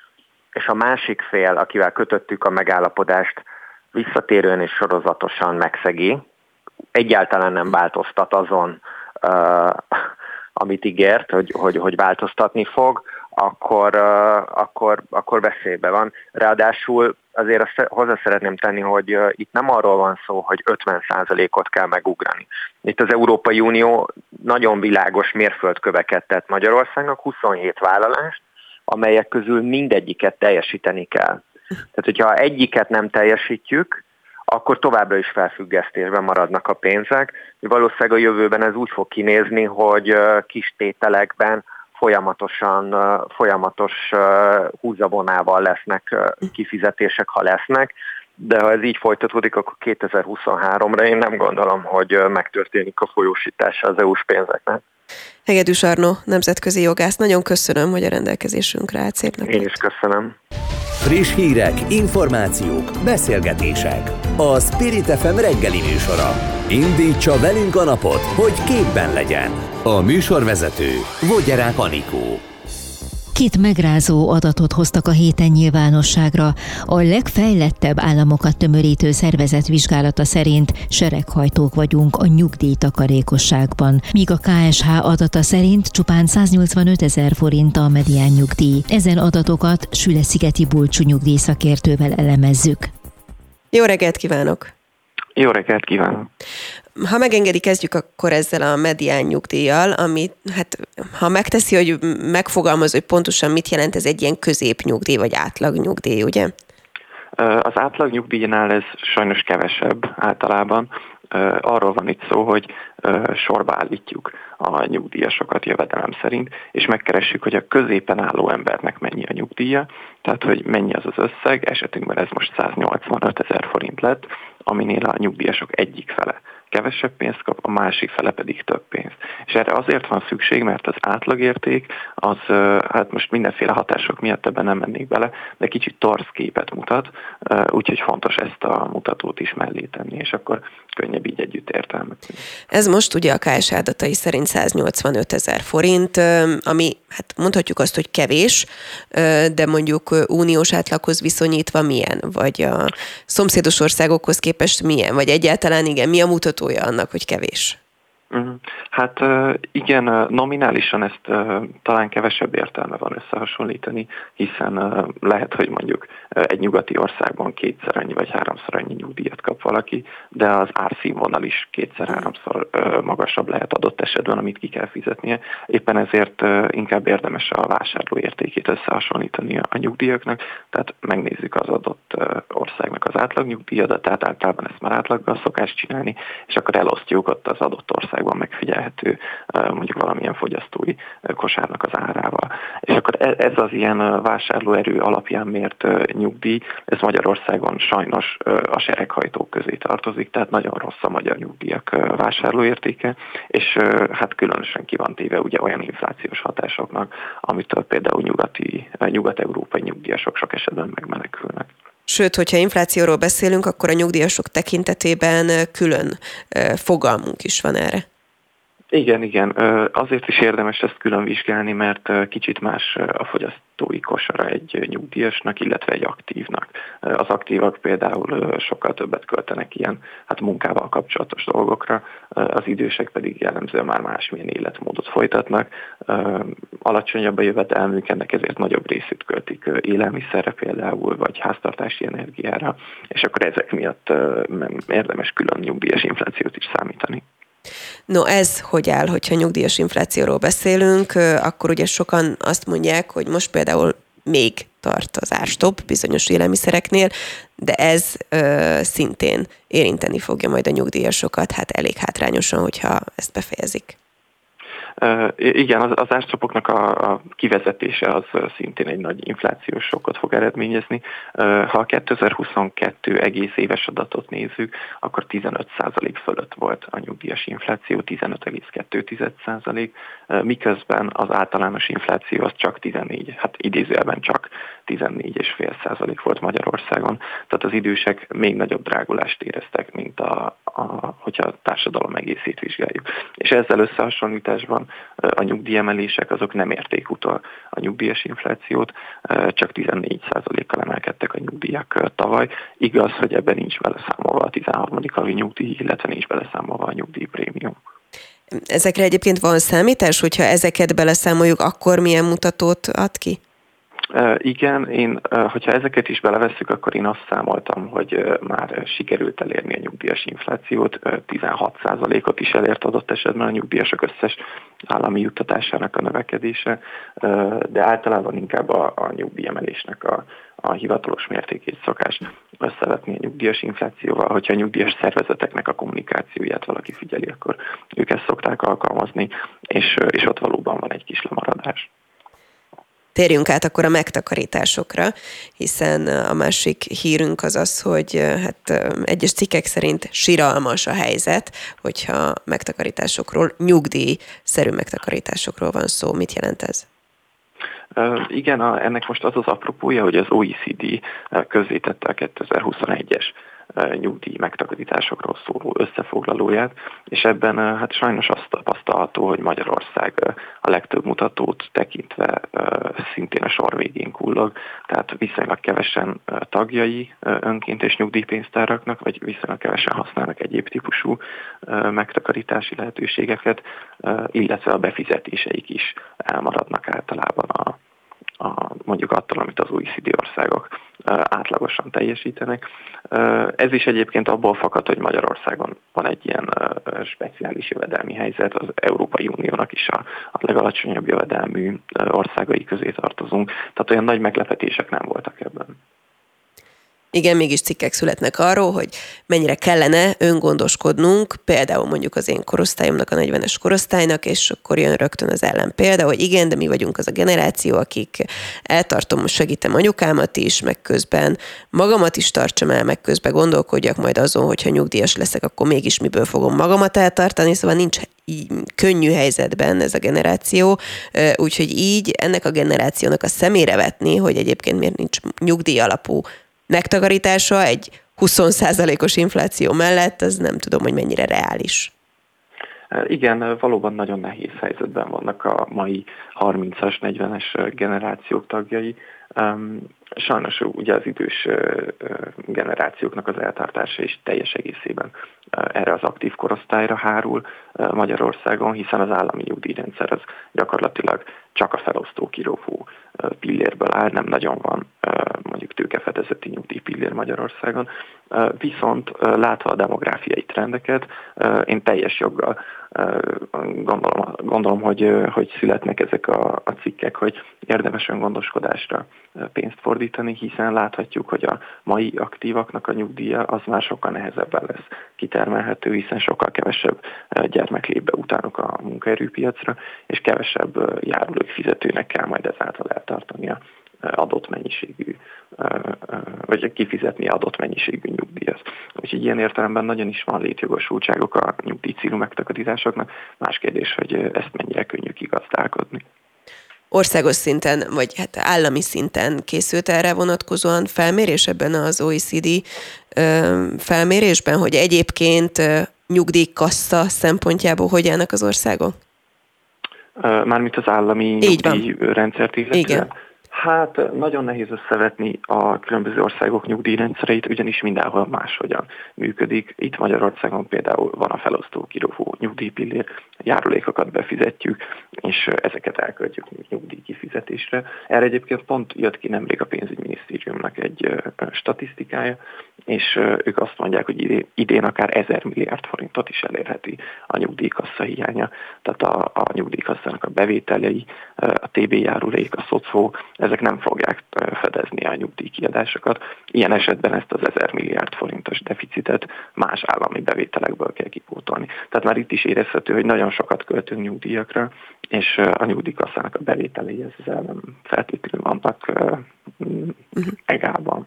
és a másik fél, akivel kötöttük a megállapodást, visszatérően és sorozatosan megszegi, egyáltalán nem változtat azon, uh, amit ígért, hogy, hogy, hogy változtatni fog, akkor, uh, akkor, akkor veszélybe van. Ráadásul azért azt hozzá szeretném tenni, hogy uh, itt nem arról van szó, hogy ötven százalékot kell megugrani. Itt az Európai Unió nagyon világos mérföldköveket tett Magyarországnak, huszonhét vállalást, amelyek közül mindegyiket teljesíteni kell. Tehát, hogyha egyiket nem teljesítjük, akkor továbbra is felfüggesztésben maradnak a pénzek. Valószínűleg a jövőben ez úgy fog kinézni, hogy kis tételekben folyamatosan, folyamatos húzavonával lesznek kifizetések, ha lesznek, de ha ez így folytatódik, akkor kétezer-huszonháromra én nem gondolom, hogy megtörténik a folyósítása az é u-s pénzeknek. Hegedűs Arno, nemzetközi jogász, nagyon köszönöm, hogy a rendelkezésünkre állt. Szép napot. Én is köszönöm. Friss hírek, információk, beszélgetések. A Spirit ef em reggeli műsora. Indítsa velünk a napot, hogy képben legyen. A műsorvezető Vogyarák Anikó. Két megrázó adatot hoztak a héten nyilvánosságra. A legfejlettebb államokat tömörítő szervezet vizsgálata szerint sereghajtók vagyunk a nyugdíjtakarékosságban, míg a ká es há adata szerint csupán száznyolcvanöt ezer forint a medián nyugdíj. Ezen adatokat Süleszigeti Bulcsú nyugdíjszakértővel elemezzük. Jó reggelt kívánok! Jó reggelt kívánok! Ha megengedik, kezdjük akkor ezzel a medián nyugdíjjal, ami, hát ha megteszi, hogy megfogalmaz, hogy pontosan mit jelent, ez egy ilyen középnyugdíj, vagy átlagnyugdíj, ugye? Az átlagnyugdíjnál ez sajnos kevesebb általában. Arról van itt szó, hogy sorba állítjuk a nyugdíjasokat jövedelem szerint, és megkeressük, hogy a középen álló embernek mennyi a nyugdíja, tehát hogy mennyi az az összeg, esetünkben ez most száznyolcvanöt ezer forint lett, aminél a nyugdíjasok egyik fele kevesebb pénzt kap, a másik fele pedig több pénzt. És erre azért van szükség, mert az átlagérték, az hát most mindenféle hatások miatt ebben nem mennék bele, de kicsit torz képet mutat, úgyhogy fontos ezt a mutatót is mellé tenni, és akkor könnyebb így együtt értelmezni. Ez most ugye a ká es adatai szerint száznyolcvanöt ezer forint, ami hát mondhatjuk azt, hogy kevés, de mondjuk uniós átlaghoz viszonyítva milyen, vagy a szomszédos országokhoz képest milyen, vagy egyáltalán igen, mi a mutatója annak, hogy kevés? Hát igen, nominálisan ezt talán kevesebb értelme van összehasonlítani, hiszen lehet, hogy mondjuk egy nyugati országban kétszer annyi vagy háromszor annyi nyugdíjat kap valaki, de az árszínvonal is kétszer-háromszor magasabb lehet adott esetben, amit ki kell fizetnie. Éppen ezért inkább érdemes a vásárlóértékét összehasonlítani a nyugdíjaknak, tehát megnézzük az adott országnak az átlagnyugdíjadat, általában ezt már átlaggal szokás csinálni, és akkor elosztjuk ott az adott ország megfigyelhető mondjuk valamilyen fogyasztói kosárnak az árával. És akkor ez az ilyen vásárlóerő alapján mért nyugdíj, ez Magyarországon sajnos a sereghajtók közé tartozik, tehát nagyon rossz a magyar nyugdíjak vásárlóértéke, és hát különösen ki van téve ugye olyan inflációs hatásoknak, amitől például nyugati, nyugat-európai nyugdíjasok sok esetben megmenekülnek. Sőt, hogyha inflációról beszélünk, akkor a nyugdíjasok tekintetében külön fogalmunk is van erre. Igen, igen. Azért is érdemes ezt külön vizsgálni, mert kicsit más a fogyasztói kosara egy nyugdíjasnak, illetve egy aktívnak. Az aktívak például sokkal többet költenek ilyen hát munkával kapcsolatos dolgokra, az idősek pedig jellemzően már másmilyen életmódot folytatnak. Alacsonyabb a jövedelmük, ennek ezért nagyobb részét költik élelmiszerre például, vagy háztartási energiára, és akkor ezek miatt érdemes külön nyugdíjas inflációt is számítani. No, ez hogy áll, hogyha nyugdíjas inflációról beszélünk, akkor ugye sokan azt mondják, hogy most például még tart az árstopp bizonyos élelmiszereknél, de ez ö, szintén érinteni fogja majd a nyugdíjasokat, hát elég hátrányosan, hogyha ezt befejezik. Uh, igen, az, az árstoppoknak a, a kivezetése az szintén egy nagy inflációs sokkot fog eredményezni. Uh, ha a kétezer-huszonkettő egész éves adatot nézzük, akkor tizenöt százalék fölött volt a nyugdíjas infláció, tizenöt egész kettő százalék, uh, miközben az általános infláció az csak tizennégy, hát idézőjelben csak tizennégy egész öt százalék volt Magyarországon. Tehát az idősek még nagyobb drágulást éreztek, mint a, a, hogyha a társadalom egészét vizsgáljuk. És ezzel összehasonlításban a nyugdíjemelések azok nem érték utol a nyugdíjas inflációt, csak tizennégy százalékkal emelkedtek a nyugdíjak tavaly. Igaz, hogy ebben nincs beleszámolva a tizenharmadik havi nyugdíj, illetve nincs beleszámolva a nyugdíjprémium. Ezekre egyébként van számítás, hogyha ezeket beleszámoljuk, akkor milyen mutatót ad ki? Uh, igen, én, uh, hogyha ezeket is belevesszük, akkor én azt számoltam, hogy uh, már sikerült elérni a nyugdíjas inflációt, uh, tizenhat százalékot is elért adott esetben a nyugdíjasok összes állami juttatásának a növekedése, uh, de általában inkább a, a nyugdíjemelésnek a, a hivatalos mértékét szokás összevetni a nyugdíjas inflációval. Hogyha a nyugdíjas szervezeteknek a kommunikációját valaki figyeli, akkor ők ezt szokták alkalmazni, és, uh, és ott valóban van egy kis lemaradás. Térjünk át akkor a megtakarításokra, hiszen a másik hírünk az az, hogy hát egyes cikkek szerint siralmas a helyzet, hogyha megtakarításokról, nyugdíjszerű megtakarításokról van szó. Mit jelent ez? Uh, igen, a, ennek most az az apropója, hogy az o e cé dé közzétette a kétezer-huszonegyes nyugdíj megtakarításokról szóló összefoglalóját, és ebben hát sajnos azt tapasztalható, hogy Magyarország a legtöbb mutatót tekintve szintén a sor végén kullog, tehát viszonylag kevesen tagjai önkéntes nyugdíjpénztáraknak, vagy viszonylag kevesen használnak egyéb típusú megtakarítási lehetőségeket, illetve a befizetéseik is elmaradnak általában a a, mondjuk attól, amit az o e cé dé országok átlagosan teljesítenek. Ez is egyébként abból fakad, hogy Magyarországon van egy ilyen speciális jövedelmi helyzet, az Európai Uniónak is a, a legalacsonyabb jövedelmű országai közé tartozunk, tehát olyan nagy meglepetések nem voltak ebben. Igen, mégis cikkek születnek arról, hogy mennyire kellene öngondoskodnunk, például mondjuk az én korosztályomnak, a negyvenes korosztálynak, és akkor jön rögtön az ellenpélda, hogy igen, de mi vagyunk az a generáció, akik eltartom, segítem anyukámat is, meg közben magamat is tartsam el, meg közben gondolkodjak majd azon, hogyha nyugdíjas leszek, akkor mégis miből fogom magamat eltartani, szóval nincs könnyű helyzetben ez a generáció, úgyhogy így ennek a generációnak a szemére vetni, hogy egyébként miért nincs nyugdíj alapú megtakarítása egy húsz százalékos infláció mellett, az nem tudom, hogy mennyire reális. Igen, valóban nagyon nehéz helyzetben vannak a mai harmincas, negyvenes generációk tagjai. Sajnos ugye az idős generációknak az eltartása is teljes egészében erre az aktív korosztályra hárul Magyarországon, hiszen az állami nyugdíjrendszer az gyakorlatilag csak a felosztó kirovó pillérből áll, nem nagyon van mondjuk tőkefedezeti nyugdíjpillér Magyarországon. Viszont látva a demográfiai trendeket, én teljes joggal gondolom, gondolom hogy, hogy születnek ezek a, a cikkek, hogy érdemes öngondoskodásra pénzt fordítani, hiszen láthatjuk, hogy a mai aktívaknak a nyugdíja az már sokkal nehezebben lesz kitermelhető, hiszen sokkal kevesebb gyermek lép be utánuk a munkaerőpiacra, és kevesebb járulékfizetőnek kell majd ezáltal eltartania adott mennyiségű, vagy kifizetni adott mennyiségű nyugdíjat. Úgyhogy ilyen értelemben nagyon is van létjogosultságok a nyugdíj célú megtakarításoknak. Más kérdés, hogy ezt mennyire könnyű kigazdálkodni. Országos szinten, vagy hát állami szinten készült erre vonatkozóan felmérés ebben az o e cé dé felmérésben, hogy egyébként nyugdíjkassa szempontjából hogy állnak az országok? Mármint az állami nyugdíjrendszert illetően. Igen. Hát nagyon nehéz összevetni a különböző országok nyugdíjrendszereit, ugyanis mindenhol máshogyan működik. Itt Magyarországon például van a felosztó kirovó nyugdíjpillér, járulékokat befizetjük, és ezeket elköltjük nyugdíj kifizetésre. Erre egyébként pont jött ki nemrég a pénzügyminisztériumnak egy statisztikája, és ők azt mondják, hogy idén akár ezer milliárd forintot is elérheti a nyugdíjkassa hiánya. Tehát a, a nyugdíjkasszának a bevételei, a té bé járulék, a szocó, ezek nem fogják fedezni a nyugdíjkiadásokat. Ilyen esetben ezt az ezer milliárd forintos deficitet más állami bevételekből kell kipótolni. Tehát már itt is érezhető, hogy nagyon sokat költünk nyugdíjakra, és a nyugdíjkasszának a bevételei ezzel nem feltétlenül vannak uh, egálban.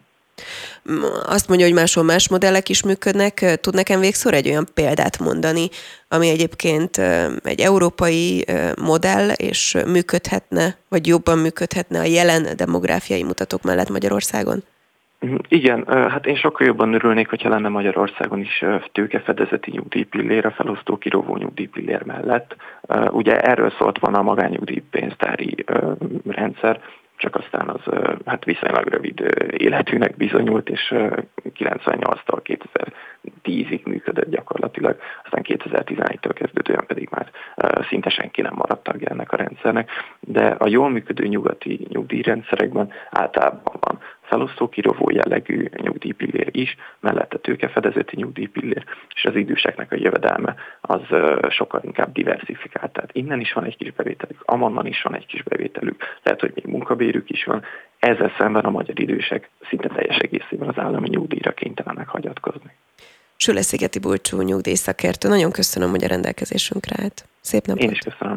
Azt mondja, hogy máshol más modellek is működnek. Tud nekem végszor egy olyan példát mondani, ami egyébként egy európai modell, és működhetne, vagy jobban működhetne a jelen demográfiai mutatók mellett Magyarországon? Igen, hát én sokkal jobban örülnék, hogyha lenne Magyarországon is tőkefedezeti nyugdíjpillér, a felosztó kirovó nyugdíjpillér mellett. Ugye erről szólt volna a magánnyugdíjpénztári rendszer, csak aztán az hát viszonylag rövid életűnek bizonyult, és kilencvennyolctól kétezer-tízig működött gyakorlatilag, aztán kétezer-tizenegytől kezdődően pedig már szinte senki nem maradt tagja ennek a rendszernek, de a jól működő nyugati nyugdíjrendszerekben általában van felosztó kirovó jellegű nyugdíjpillér is, mellette tőkefedezeti nyugdíjpillér, és az időseknek a jövedelme az sokkal inkább diversifikált. Tehát innen is van egy kis bevételük, amonnan is van egy kis bevételük, lehet, hogy még munkabérük is van. Ezzel szemben a magyar idősek szinte teljes egészében az állami nyugdíjra kénytelenek hagyatkozni. Süleszigeti Bulcsú nyugdíjszakértő, nagyon köszönöm, hogy a rendelkezésünkre állt. Szép napot! Én is köszönöm.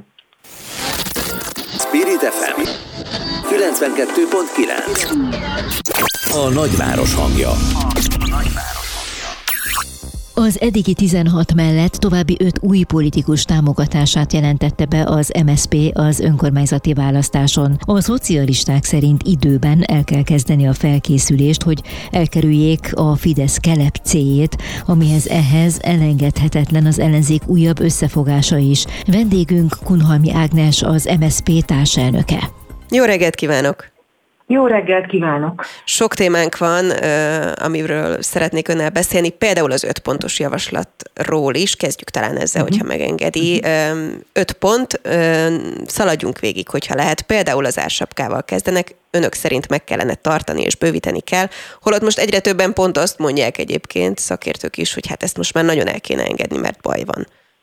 Spirit ef em kilencvenkettő pont kilenc. A nagyváros hangja. Az eddigi tizenhat mellett további öt új politikus támogatását jelentette be az em es zé pé az önkormányzati választáson. A szocialisták szerint időben el kell kezdeni a felkészülést, hogy elkerüljék a Fidesz kelepcéjét, amihez ehhez elengedhetetlen az ellenzék újabb összefogása is. Vendégünk Kunhalmi Ágnes, az em es zé pé társelnöke. Jó reggelt kívánok! Jó reggelt kívánok! Sok témánk van, amiről szeretnék önnel beszélni, például az öt pontos javaslatról is, kezdjük talán ezzel, uh-huh. hogyha megengedi. Öt pont, szaladjunk végig, hogyha lehet, például az ársapkával kezdenek, önök szerint meg kellene tartani és bővíteni kell, holott most egyre többen pont azt mondják egyébként, szakértők is, hogy hát ezt most már nagyon el kéne engedni, mert baj van.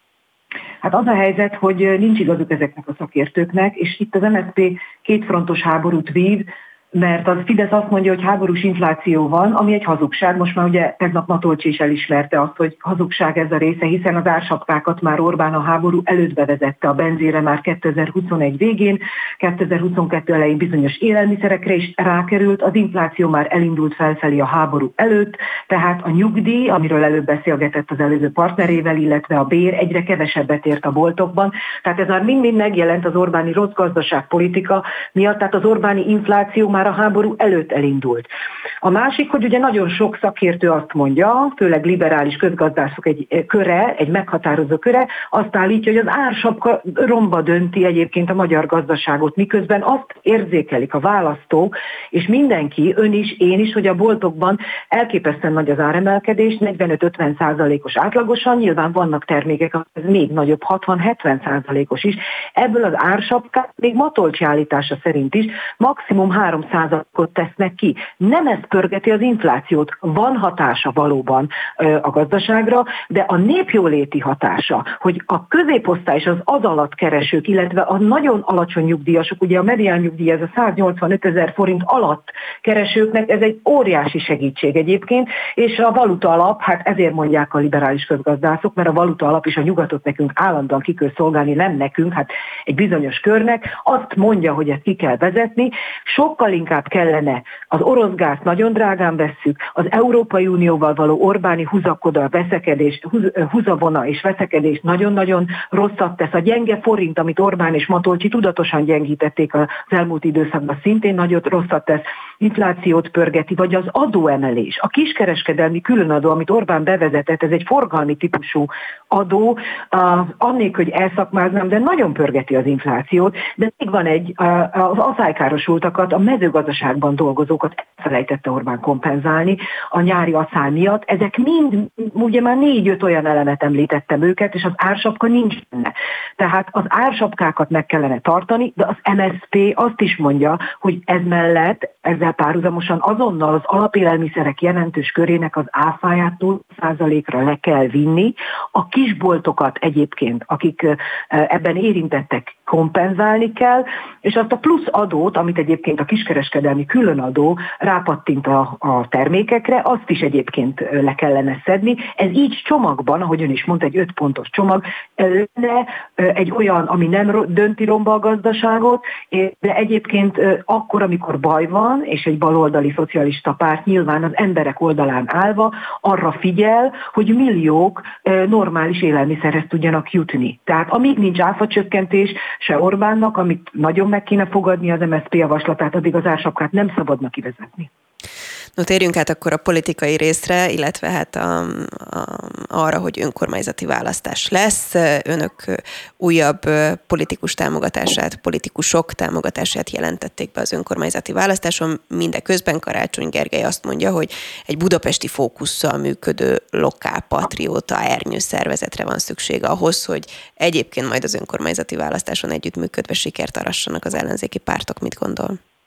Hát az a helyzet, hogy nincs igazuk ezeknek a szakértőknek, és itt az em es zé pé kétfrontos háborút vív, mert a Fidesz azt mondja, hogy háborús infláció van, ami egy hazugság. Most már ugye tegnap Matolcsy is elismerte azt, hogy hazugság ez a része, hiszen az ársapkákat már Orbán a háború előtt bevezette, a benzínre már kétezer-huszonegy végén, kétezer-huszonkettő elején bizonyos élelmiszerekre is rákerült, az infláció már elindult felfelé a háború előtt, tehát a nyugdíj, amiről előbb beszélgetett az előző partnerével, illetve a bér egyre kevesebbet ért a boltokban. Tehát ez már mind-mind megjelent az Orbáni rossz gazdaságpolitika miatt, tehát az Orbáni infláció már a háború előtt elindult. A másik, hogy ugye nagyon sok szakértő azt mondja, főleg liberális közgazdászok egy köre, egy meghatározó köre, azt állítja, hogy az ársapka romba dönti egyébként a magyar gazdaságot, miközben azt érzékelik a választók, és mindenki, ön is, én is, hogy a boltokban elképesztően nagy az áremelkedés, negyvenöt-ötven százalékos átlagosan, nyilván vannak termékek, ez még nagyobb, hatvan-hetven százalékos is. Ebből az ársapkák még Matolcsy állítása szerint is maximum három százalékot tesznek ki. Nem ez pörgeti az inflációt. Van hatása valóban a gazdaságra, de a népjóléti hatása, hogy a középosztály és az az alatt keresők, illetve a nagyon alacsony nyugdíjasok, ugye a medián nyugdíj ez a száznyolcvanöt ezer forint alatt keresőknek, ez egy óriási segítség egyébként, és a valuta alap, hát ezért mondják a liberális közgazdászok, mert a valuta alap is a nyugatot nekünk állandóan ki kell szolgálni, nem nekünk, hát egy bizonyos körnek, azt mondja, hogy ezt ki kell vezetni, sokkal inkább kellene, az orosz gáz nagyon drágán vesszük, az Európai Unióval való Orbáni húzakoda, veszekedés, húz, húzavona és veszekedés nagyon-nagyon rosszat tesz. A gyenge forint, amit Orbán és Matolcsy tudatosan gyengítették az elmúlt időszakban, szintén nagyon rosszat tesz, inflációt pörgeti, vagy az adóemelés. A kiskereskedelmi különadó, amit Orbán bevezetett, ez egy forgalmi típusú adó, annélkül, hogy elszakmáznám, de nagyon pörgeti az inflációt, de még van egy, az aszálykárosultakat, a mezőgazdaságban dolgozókat elfelejtette Orbán kompenzálni a nyári aszály miatt. Ezek mind, ugye már négy-öt olyan elemet említettem őket, és az ársapka nincs benne. Tehát az ársapkákat meg kellene tartani, de az em es zé pé azt is mondja, hogy ez mellett, ezzel párhuzamosan azonnal az alapélelmiszerek jelentős körének az áfáját nulla százalékra le kell vinni. A kisboltokat egyébként, akik ebben érintettek, kompenzálni kell, és azt a plusz adót, amit egyébként a kiskereskedelmi különadó rápattint a, a termékekre, azt is egyébként le kellene szedni. Ez így csomagban, ahogy ön is mondta, egy öt pontos csomag, lenne egy olyan, ami nem dönti romba a gazdaságot, de egyébként akkor, amikor baj van, és egy baloldali szocialista párt nyilván az emberek oldalán állva arra figyel, hogy milliók normális élelmiszerhez tudjanak jutni. Tehát amíg nincs áfacsökkentés, se Orbánnak, amit nagyon meg kéne fogadni az em es zé pé javaslatát, addig az ársapkát nem szabadna kivezetni. No, térjünk át akkor a politikai részre, illetve hát a, a, arra, hogy önkormányzati választás lesz. Önök újabb politikus támogatását, politikusok támogatását jelentették be az önkormányzati választáson. Mindeközben Karácsony Gergely azt mondja, hogy egy budapesti fókusszal működő lokálpatrióta ernyőszervezetre van szükség ahhoz, hogy egyébként majd az önkormányzati választáson együttműködve sikert arassanak az ellenzéki pártok. Mit gondol?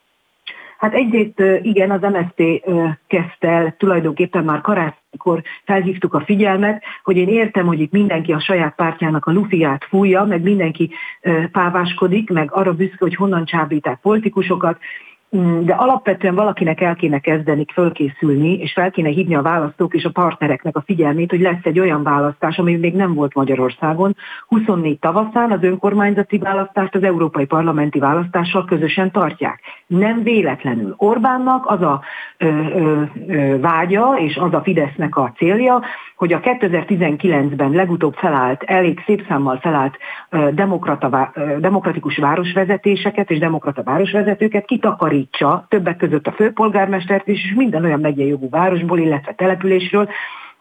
Hát egyrészt igen, az em es zé pé kezdte el tulajdonképpen már karácsonykor felhívtuk a figyelmet, hogy én értem, hogy itt mindenki a saját pártjának a lufiát fújja, meg mindenki páváskodik, meg arra büszke, hogy honnan csábíták politikusokat, de alapvetően valakinek el kéne kezdeni fölkészülni, és fel kéne hívni a választók és a partnereknek a figyelmét, hogy lesz egy olyan választás, ami még nem volt Magyarországon. huszonnégy tavaszán az önkormányzati választást az európai parlamenti választással közösen tartják. Nem véletlenül. Orbánnak az a ö, ö, ö, vágya, és az a Fidesznek a célja, hogy a kétezer-tizenkilencben legutóbb felállt, elég szép számmal felállt ö, demokrata, ö, demokratikus városvezetéseket és demokrata városvezetőket kitakarítsa, többek között a főpolgármestert is, és minden olyan megyei jogú városból, illetve településről,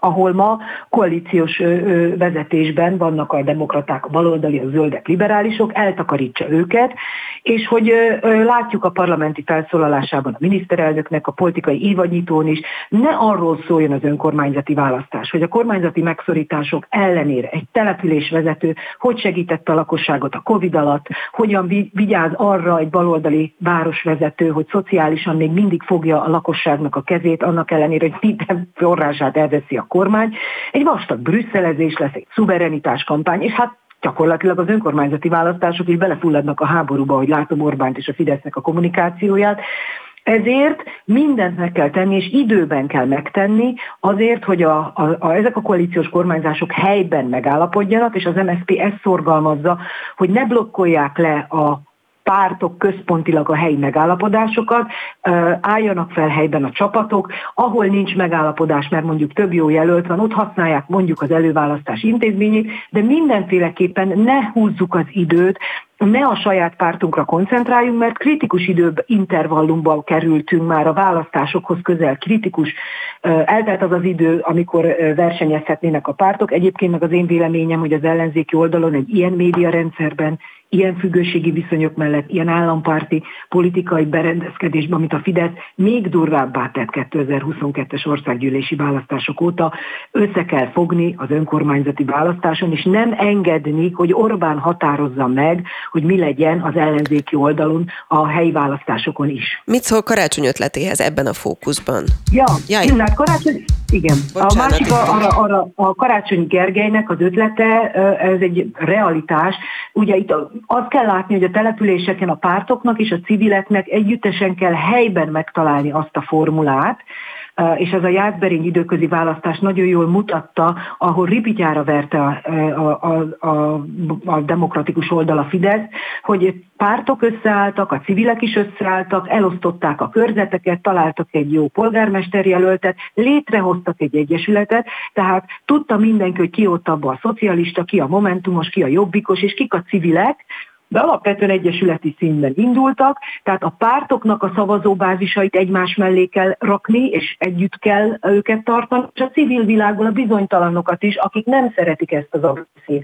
ahol ma koalíciós vezetésben vannak a demokraták, a baloldali, a zöldek, liberálisok, eltakarítsa őket, és hogy látjuk a parlamenti felszólalásában a miniszterelnöknek, a politikai évadnyitón is, ne arról szóljon az önkormányzati választás, hogy a kormányzati megszorítások ellenére egy településvezető hogy segítette a lakosságot a Covid alatt, hogyan vigyáz arra egy baloldali városvezető, hogy szociálisan még mindig fogja a lakosságnak a kezét, annak ellenére, hogy minden forrását elveszi a kormány. Egy vastag brüsszelezés lesz, egy szuverenitás kampány, és hát gyakorlatilag az önkormányzati választások is belefulladnak a háborúba, hogy látom Orbánt és a Fidesznek a kommunikációját. Ezért mindent meg kell tenni, és időben kell megtenni azért, hogy a, a, a, ezek a koalíciós kormányzások helyben megállapodjanak, és az em es zé pé ezt szorgalmazza, hogy ne blokkolják le a pártok központilag a helyi megállapodásokat, álljanak fel helyben a csapatok, ahol nincs megállapodás, mert mondjuk több jó jelölt van, ott használják mondjuk az előválasztás intézményét, de mindenféleképpen ne húzzuk az időt, ne a saját pártunkra koncentráljunk, mert kritikus időbb intervallumban kerültünk már a választásokhoz közel kritikus. Eltelt az az idő, amikor versenyezhetnének a pártok. Egyébként meg az én véleményem, hogy az ellenzéki oldalon egy ilyen médiarendszerben, ilyen függőségi viszonyok mellett, ilyen állampárti politikai berendezkedésben, amit a Fidesz még durvábbá tett kétezer-huszonkettes országgyűlési választások óta, össze kell fogni az önkormányzati választáson, és nem engedni, hogy Orbán határozza meg, hogy mi legyen az ellenzéki oldalon a helyi választásokon is. Mit szól Karácsony ötletéhez ebben a fókuszban? Ja, hát Karácsony, igen. Bocsánat, a másik a, arra, arra, a Karácsony Gergelynek az ötlete, ez egy realitás. Ugye itt azt kell látni, hogy a településeken a pártoknak és a civileknek együttesen kell helyben megtalálni azt a formulát, és ez a Jászberény időközi választás nagyon jól mutatta, ahol ripityára verte a, a, a, a, a demokratikus oldal a Fidesz, hogy pártok összeálltak, a civilek is összeálltak, elosztották a körzeteket, találtak egy jó polgármesterjelöltet, létrehoztak egy egyesületet, tehát tudta mindenki, hogy ki ott abban a szocialista, ki a momentumos, ki a jobbikos, és kik a civilek, de alapvetően egyesületi színben indultak, tehát a pártoknak a szavazóbázisait egymás mellé kell rakni, és együtt kell őket tartani, és a civil világból a bizonytalanokat is, akik nem szeretik ezt az agresszív,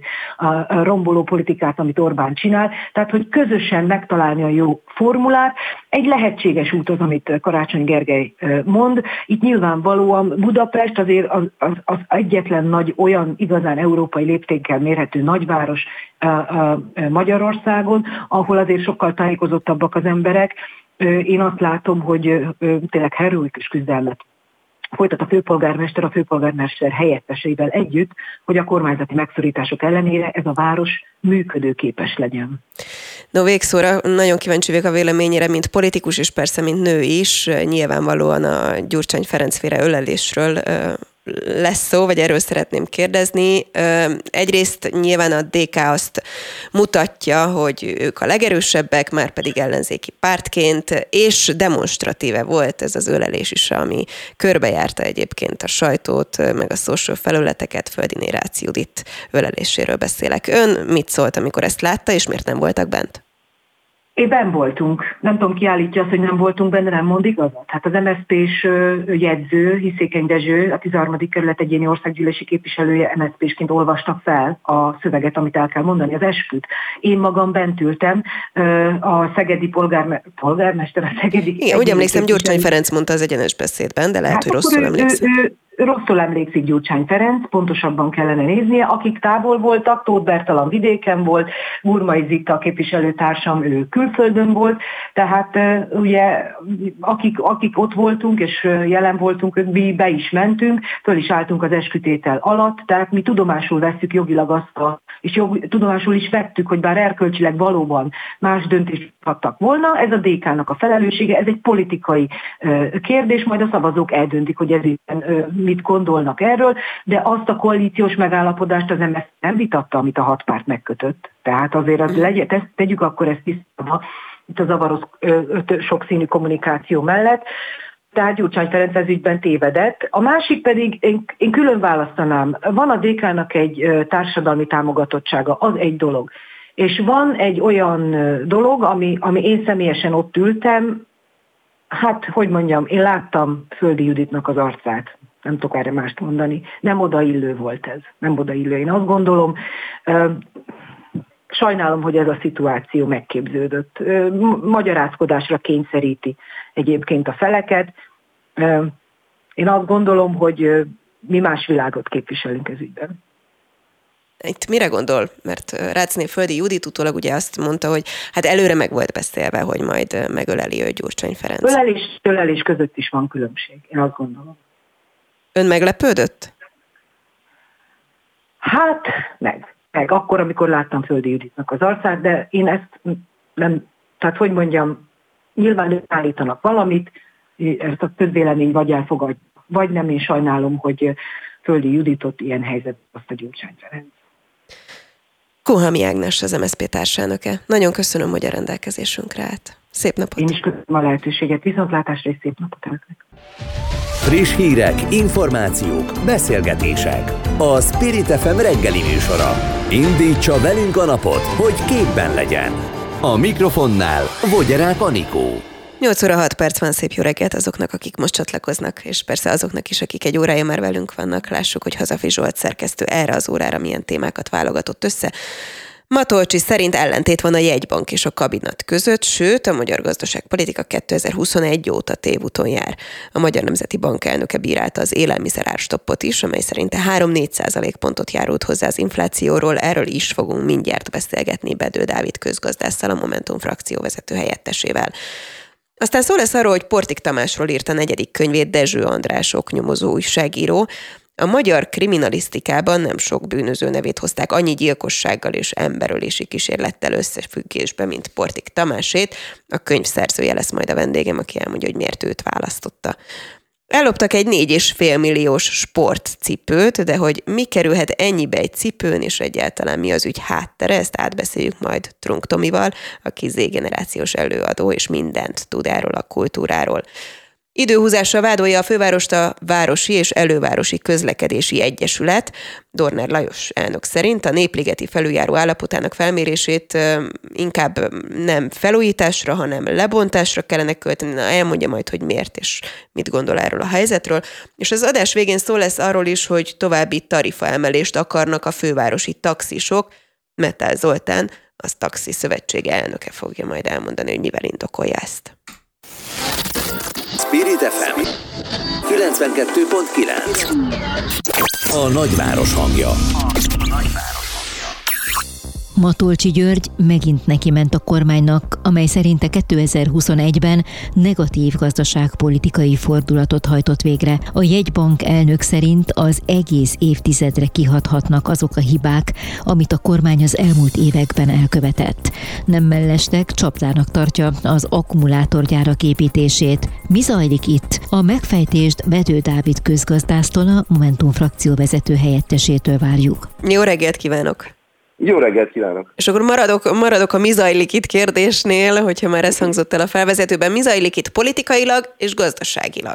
a romboló politikát, amit Orbán csinál, tehát hogy közösen megtalálni a jó formulát. Egy lehetséges út az, amit Karácsony Gergely mond. Itt nyilvánvalóan Budapest azért az, az, az egyetlen nagy, olyan igazán európai léptékkel mérhető nagyváros Magyarországon, ahol azért sokkal tájékozottabbak az emberek. Én azt látom, hogy tényleg heroikus küzdelmet folytat a főpolgármester, a főpolgármester helyetteseivel együtt, hogy a kormányzati megszorítások ellenére ez a város működőképes legyen. No, végszóra nagyon kíváncsi vagyok a véleményére, mint politikus, és persze, mint nő is. Nyilvánvalóan a Gyurcsány Ferenc-féle ölelésről lesz szó, vagy erről szeretném kérdezni. Egyrészt nyilván a dé ká azt mutatja, hogy ők a legerősebbek, már pedig ellenzéki pártként, és demonstratíve volt ez az ölelés is, ami körbejárta egyébként a sajtót, meg a social felületeket. Földiné Rácz Judit öleléséről beszélek. Ön mit szólt, amikor ezt látta, és miért nem voltak bent? É, benn voltunk. Nem tudom, ki állítja azt, hogy nem voltunk benne, nem mond igazat. Hát az em es zé pés jegyző, Hiszékeny Dezső, a tizenharmadik kerület egyéni országgyűlési képviselője em es zé pésként olvasta fel a szöveget, amit el kell mondani, az esküt. Én magam bent ültem, a szegedi polgárme- polgármester, a szegedi... Igen, úgy emlékszem, Gyurcsány Ferenc mondta az egyenes beszédben, de lehet, hát hogy rosszul emlékszem. Ő, ő, Rosszul emlékszik Gyurcsány Ferenc, pontosabban kellene néznie. Akik távol voltak, Tóth Bertalan vidéken volt, Burmai Zita képviselőtársam, ő külföldön volt, tehát ugye akik, akik ott voltunk és jelen voltunk, mi be is mentünk, föl is álltunk az eskütétel alatt, tehát mi tudomásul vesszük jogilag azt, a, és jog, tudomásul is vettük, hogy bár erkölcsileg valóban más döntést adtak volna, ez a dé ká-nak a felelőssége, ez egy politikai kérdés, majd a szavazók eldöntik, hogy ez mit gondolnak erről, de azt a koalíciós megállapodást az em es zé nem vitatta, amit a hat párt megkötött. Tehát azért az legyen, tegyük akkor ezt tisztába, itt a zavaros sokszínű kommunikáció mellett. Tehát Gyurcsány Ferenc ez ügyben tévedett. A másik pedig, én, én külön választanám, van a dé ká-nak egy társadalmi támogatottsága, az egy dolog. És van egy olyan dolog, ami, ami én személyesen ott ültem, hát, hogy mondjam, én láttam Földi Juditnak az arcát. Nem tudok erre mást mondani. Nem odaillő volt ez. Nem odaillő. Én azt gondolom, sajnálom, hogy ez a szituáció megképződött. Magyarázkodásra kényszeríti egyébként a feleket. Én azt gondolom, hogy mi más világot képviselünk ez ügyben. Itt mire gondol? Mert Ráczné Földi Judit utólag ugye azt mondta, hogy hát előre meg volt beszélve, hogy majd megöleli ő Gyurcsány Ferenc. Ölelés, ölelés között is van különbség, én azt gondolom. Ön meglepődött? Hát, meg. Meg akkor, amikor láttam Földi Juditnak az arcát, de én ezt nem, tehát hogy mondjam, nyilván állítanak valamit, ezt a közvélemény vagy elfogad, vagy nem, én sajnálom, hogy Földi Juditot ilyen helyzetbe hozta Gyurcsány Ferenc. Kuhami Ágnes, az em es zé pé társelnöke. Nagyon köszönöm, hogy a rendelkezésünkre állt. Szép napot! Én is köszönöm a lehetőséget, viszontlátásra és szép napot önöknek! Friss hírek, információk, beszélgetések. A Spirit ef em reggeli műsora. Indítsa velünk a napot, hogy képben legyen. A mikrofonnál Vogyarák Anikó. nyolc óra hat perc van, szép jó reggelt azoknak, akik most csatlakoznak, és persze azoknak is, akik egy órája már velünk vannak. Lássuk, hogy Hazafi Zsolt szerkesztő erre az órára milyen témákat válogatott össze. Matolcsi szerint ellentét van a jegybank és a kabinet között, sőt, a magyar gazdaságpolitika kétezer-huszonegy óta tévúton jár. A Magyar Nemzeti Bank elnöke bírálta az élelmiszer árstoppot is, amely szerinte három-négy százalékpontot járult hozzá az inflációról. Erről is fogunk mindjárt beszélgetni Bedő Dávid közgazdásszal, a Momentum frakcióvezető helyettesével. Aztán szó lesz arról, hogy Portik Tamásról írt a negyedik könyvét Dezső András oknyomozó újságíró. A magyar kriminalisztikában nem sok bűnöző nevét hozták annyi gyilkossággal és emberölési kísérlettel összefüggésbe, mint Portik Tamásét. A könyv szerzője lesz majd a vendégem, aki elmondja, hogy miért őt választotta. Elloptak egy négy és fél milliós sportcipőt, de hogy mi kerülhet ennyibe egy cipőn, és egyáltalán mi az ügy háttere, ezt átbeszéljük majd Trunk Tomival, aki Z-generációs előadó, és mindent tud erről a kultúráról. Időhúzásra vádolja a fővárost a Városi és Elővárosi Közlekedési Egyesület. Dorner Lajos elnök szerint a Népligeti felüljáró állapotának felmérését inkább nem felújításra, hanem lebontásra kellene költeni. Na, elmondja majd, hogy miért és mit gondol erről a helyzetről. És az adás végén szó lesz arról is, hogy további tarifaemelést akarnak a fővárosi taxisok. Metál Zoltán, az Taxi Szövetség elnöke fogja majd elmondani, hogy mivel indokolja ezt. Spirit ef em kilencvenkettő pont kilenc. A nagyváros hangja. Matolcsi György megint neki ment a kormánynak, amely szerinte kétezer-huszonegyben negatív gazdaságpolitikai fordulatot hajtott végre. A jegybank elnök szerint az egész évtizedre kihathatnak azok a hibák, amit a kormány az elmúlt években elkövetett. Nem mellesleg csapdának tartja az akkumulátorgyárak építését. Mi zajlik itt? A megfejtést Bedő Dávid közgazdásztól, a Momentum frakcióvezető helyettesétől várjuk. Jó reggelt kívánok! Jó reggelt kívánok! És akkor maradok, maradok a mi zajlik itt kérdésnél, hogyha már ez hangzott el a felvezetőben. Mi zajlik itt politikailag és gazdaságilag?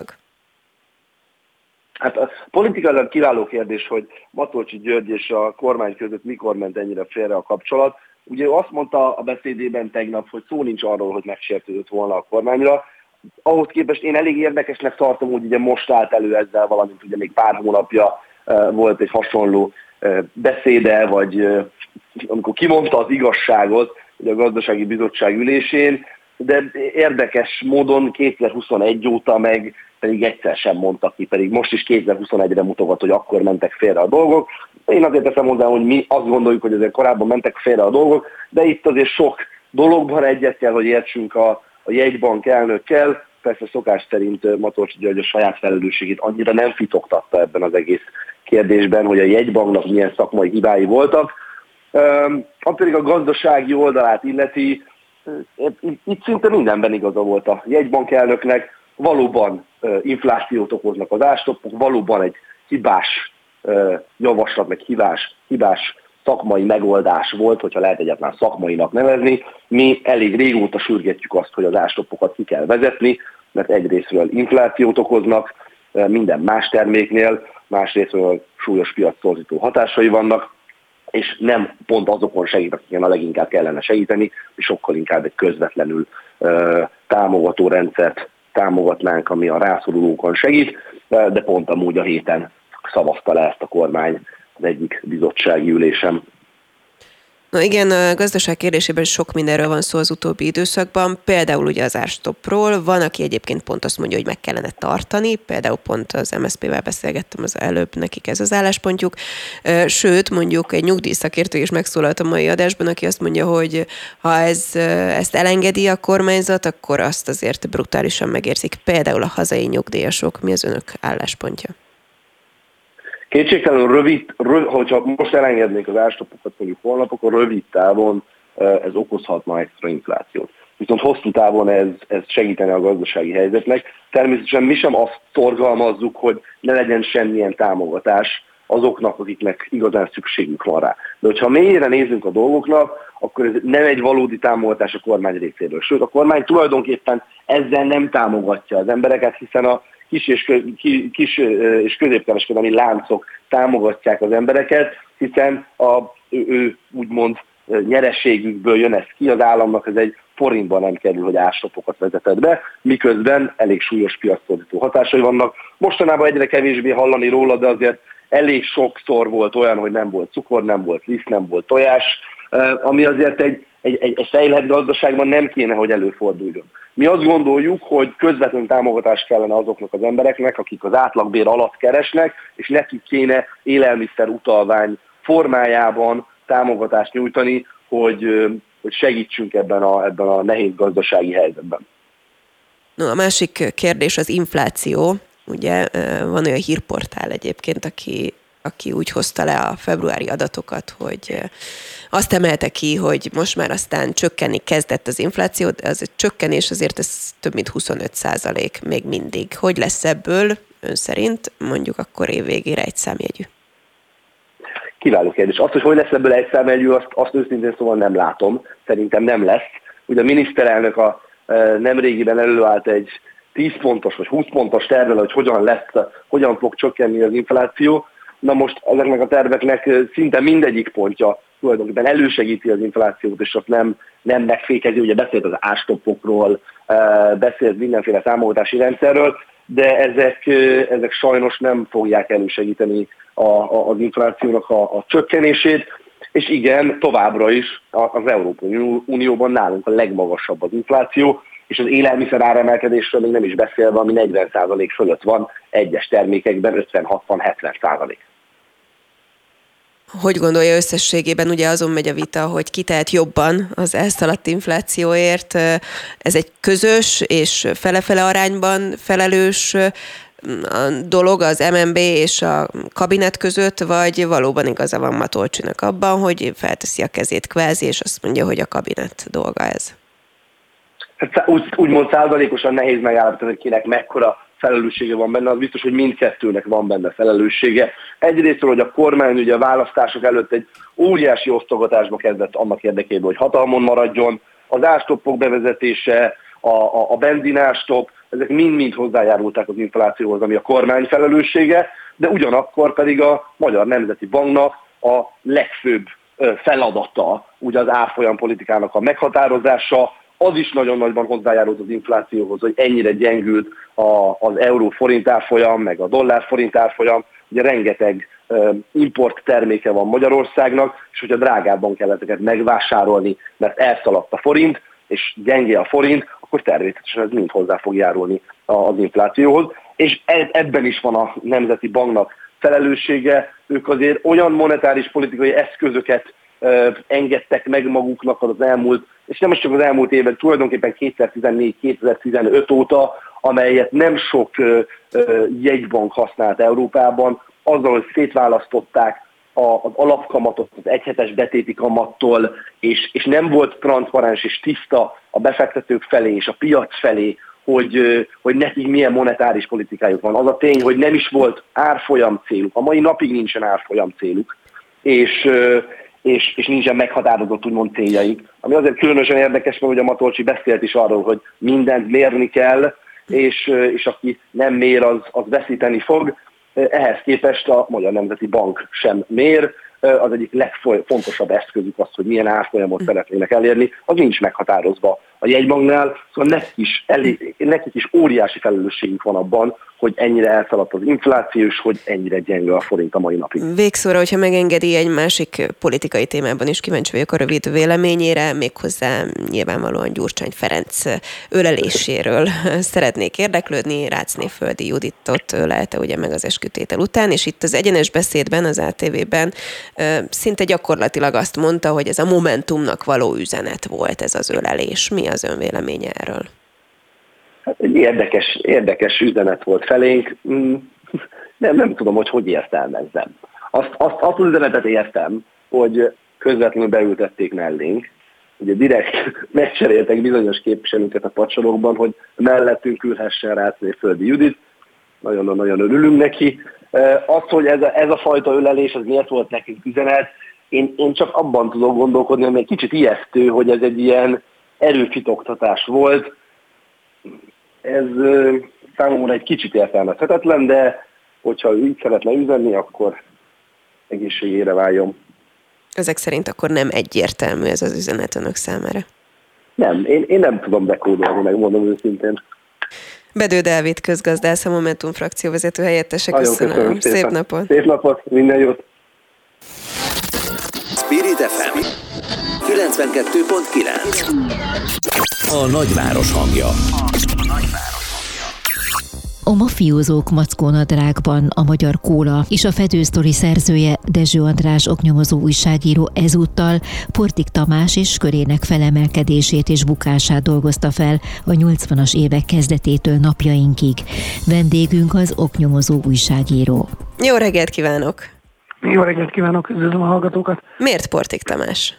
Hát a politikailag kiváló kérdés, hogy Matolcsi György és a kormány között mikor ment ennyire félre a kapcsolat. Ugye ő azt mondta a beszédében tegnap, hogy szó nincs arról, hogy megsértődött volna a kormányra. Ahhoz képest én elég érdekesnek tartom, hogy ugye most állt elő ezzel, valamint ugye még pár hónapja volt egy hasonló beszéde, vagy amikor kimondta az igazságot ugye a gazdasági bizottság ülésén, de érdekes módon kétezer-huszonegy óta meg pedig egyszer sem mondta ki, pedig most is kétezer-huszonegyre mutogat, hogy akkor mentek félre a dolgok. Én azért teszem hozzá, hogy mi azt gondoljuk, hogy azért korábban mentek félre a dolgok, de itt azért sok dologban egyet kell, hogy értsünk a, a jegybank elnökkel. Persze szokás szerint Matolcsi György a saját felelősségét annyira nem fitoktatta ebben az egész kérdésben, hogy a jegybanknak milyen szakmai hibái voltak. Ami pedig a gazdasági oldalát illeti, itt szinte mindenben igaza volt a jegybank elnöknek, valóban inflációt okoznak az árstoppok, valóban egy hibás javaslat, meg hibás, hibás szakmai megoldás volt, hogyha lehet egyáltalán szakmainak nevezni. Mi elég régóta sürgetjük azt, hogy az árstoppokat ki kell vezetni, mert egyrészről inflációt okoznak minden más terméknél, másrészről súlyos piactorzító hatásai vannak, és nem pont azokon segít, akiken a leginkább kellene segíteni, és sokkal inkább egy közvetlenül uh, támogató rendszert támogatnánk, ami a rászorulókon segít, de pont amúgy a héten szavazta le ezt a kormány az egyik bizottsági ülésem. No igen, a gazdaság kérdésében sok mindenről van szó az utóbbi időszakban, például ugye az árstoppról, van, aki egyébként pont azt mondja, hogy meg kellene tartani, például pont az em es zé pé-vel beszélgettem az előbb, nekik ez az álláspontjuk, sőt, mondjuk egy nyugdíjszakértő is megszólalt a mai adásban, aki azt mondja, hogy ha ez, ezt elengedi a kormányzat, akkor azt azért brutálisan megérzik, például a hazai nyugdíjasok. Mi az önök álláspontja? Kétségtelenül rövid, rövid, hogyha most elengednék az árstoppokat mondjuk holnap, akkor rövid távon ez okozhatna extra inflációt. Viszont hosszú távon ez, ez segítene a gazdasági helyzetnek. Természetesen mi sem azt szorgalmazzuk, hogy ne legyen semmilyen támogatás azoknak, akiknek igazán szükségük van rá. De hogyha mélyre nézünk a dolgoknak, akkor ez nem egy valódi támogatás a kormány részéről. Sőt, a kormány tulajdonképpen ezzel nem támogatja az embereket, hiszen a kis és, kö, kis és középkereskedelmi láncok támogatják az embereket, hiszen a, ő, ő úgymond nyereségükből jön ez ki, az államnak ez egy forintban nem kerül, hogy árstoppokat vezetett be, miközben elég súlyos piactorzító hatásai vannak. Mostanában egyre kevésbé hallani róla, de azért elég sokszor volt olyan, hogy nem volt cukor, nem volt liszt, nem volt tojás, ami azért egy, egy, egy, egy fejlett gazdaságban nem kéne, hogy előforduljon. Mi azt gondoljuk, hogy közvetlen támogatást kellene azoknak az embereknek, akik az átlagbér alatt keresnek, és nekik kéne élelmiszer utalvány formájában támogatást nyújtani, hogy, hogy segítsünk ebben a, ebben a nehéz gazdasági helyzetben. No, a másik kérdés az infláció. Ugye van olyan hírportál egyébként, aki, aki úgy hozta le a februári adatokat, hogy azt emelte ki, hogy most már aztán csökkenni kezdett az infláció, de az a csökkenés azért ez több mint huszonöt százalék még mindig. Hogy lesz ebből ön szerint mondjuk akkor évvégére egy számjegyű? Kiváló kérdés. Azt, hogy hogy lesz ebből egy számjegyű, azt, azt őszintén szóval nem látom. Szerintem nem lesz. Ugye a miniszterelnök a nemrégiben előállt egy tíz pontos vagy húsz pontos tervvel, hogy hogyan lesz, hogyan fog csökkenni az infláció. Na most ezeknek a terveknek szinte mindegyik pontja tulajdonképpen elősegíti az inflációt, és azt nem, nem megfékezi. Ugye beszélt az árstoppokról, beszélt mindenféle támogatási rendszerről, de ezek, ezek sajnos nem fogják elősegíteni a, a, az inflációnak a, a csökkenését. És igen, továbbra is az Európai Unióban nálunk a legmagasabb az infláció, és az élelmiszer áremelkedésről még nem is beszélve, ami negyven százalék fölött van, egyes termékekben ötven hatvan hetven százalék. Hogy gondolja összességében, ugye azon megy a vita, hogy ki tehet jobban az elszaladt inflációért. Ez egy közös és fele-fele arányban felelős dolog az em en bé és a kabinet között, vagy valóban igaza van Matolcsinak abban, hogy felteszi a kezét kvázi, és azt mondja, hogy a kabinet dolga ez? Hát úgy, úgymond százalékosan nehéz megállapítani, hogy kinek mekkora felelőssége van benne, az biztos, hogy mindkettőnek van benne felelőssége. Egyrésztről, hogy a kormány ugye a választások előtt egy óriási osztogatásba kezdett annak érdekében, hogy hatalmon maradjon, az árstoppok bevezetése, a, a, a benzinárstopp, ezek mind-mind hozzájárulták az inflációhoz, ami a kormány felelőssége, de ugyanakkor pedig a Magyar Nemzeti Banknak a legfőbb feladata, ugye az árfolyam politikának a meghatározása, az is nagyon nagyban hozzájárult az inflációhoz, hogy ennyire gyengült a, az euró-forint árfolyam, meg a dollár-forint árfolyam. Ugye rengeteg uh, import terméke van Magyarországnak, és hogyha drágábban kell ezeket megvásárolni, mert elszaladt a forint, és gyenge a forint, akkor természetesen ez mind hozzá fog járulni az inflációhoz. És ebben is van a Nemzeti Banknak felelőssége. Ők azért olyan monetáris politikai eszközöket uh, engedtek meg maguknak az elmúlt, és nem csak az elmúlt évben, tulajdonképpen kétezer-tizennégy kétezer-tizenöt óta, amelyet nem sok uh, uh, jegybank használt Európában, azzal, hogy szétválasztották az alapkamatot az egyhetes betéti kamattól, és, és nem volt transzparens és tiszta a befektetők felé és a piac felé, hogy, hogy nekik milyen monetáris politikájuk van. Az a tény, hogy nem is volt árfolyam céluk. A mai napig nincsen árfolyam céluk, és, és, és nincsen meghatározott úgymond céljaik. Ami azért különösen érdekes, mert ugye a Matolcsi beszélt is arról, hogy mindent mérni kell, és, és aki nem mér, az, az veszíteni fog. Ehhez képest a Magyar Nemzeti Bank sem mér, az egyik legfontosabb eszközük az, hogy milyen árfolyamot szeretnének elérni, az nincs meghatározva a jegybanknál, szóval nekik is, elég, nekik is óriási felelősségük van abban, hogy ennyire elszaladt az infláció, és hogy ennyire gyenge a forint a mai napig. Végszóra, hogyha megengedi, egy másik politikai témában is kíváncsi vagyok a rövid véleményére, méghozzá nyilvánvalóan Gyurcsány Ferenc öleléséről szeretnék érdeklődni. Ráczné-Földi Juditot ölelte ugye meg az eskütétel után, és itt az Egyenes Beszédben, az á té vében szinte gyakorlatilag azt mondta, hogy ez a Momentumnak való üzenet volt ez az ölelés. Mi az ön véleménye erről? Hát egy érdekes, érdekes üzenet volt felénk. Nem, nem tudom, hogy hogy értelmezzem. Azt, azt, azt az üzenetet értem, hogy közvetlenül beültették mellénk. Ugye direkt megcseréltek bizonyos képviselőket a padsorokban, hogy mellettünk ülhessen Ráczné-Földi Judit. Nagyon-nagyon örülünk neki. Az, hogy ez a, ez a fajta ölelés, az miért volt nekünk üzenet, én, én csak abban tudok gondolkodni, hogy egy kicsit ijesztő, hogy ez egy ilyen erőfitoktatás volt. Ez számomra egy kicsit értelmezhetetlen, de hogyha ő így szeretne üzenni, akkor egészségére váljon. Ezek szerint akkor nem egyértelmű ez az üzenet önök számára? Nem, én, én nem tudom dekódolni, megmondom őszintén. Bedő Dávid közgazdász, a Momentum frakcióvezető helyettese. Köszönöm. Köszönöm. Szép napot. Szép napot, minden jót. Spirit ef em kilencvenkettő pont kilenc. A nagyváros hangja. A mafiózók mackónadrágban a Magyar Kóla és a Fedősztori szerzője Dezső András oknyomozó újságíró ezúttal Portik Tamás és körének felemelkedését és bukását dolgozta fel a nyolcvanas évek kezdetétől napjainkig. Vendégünk az oknyomozó újságíró. Jó reggelt kívánok! Jó reggelt kívánok, üdvözlöm a hallgatókat! Miért Portik Tamás?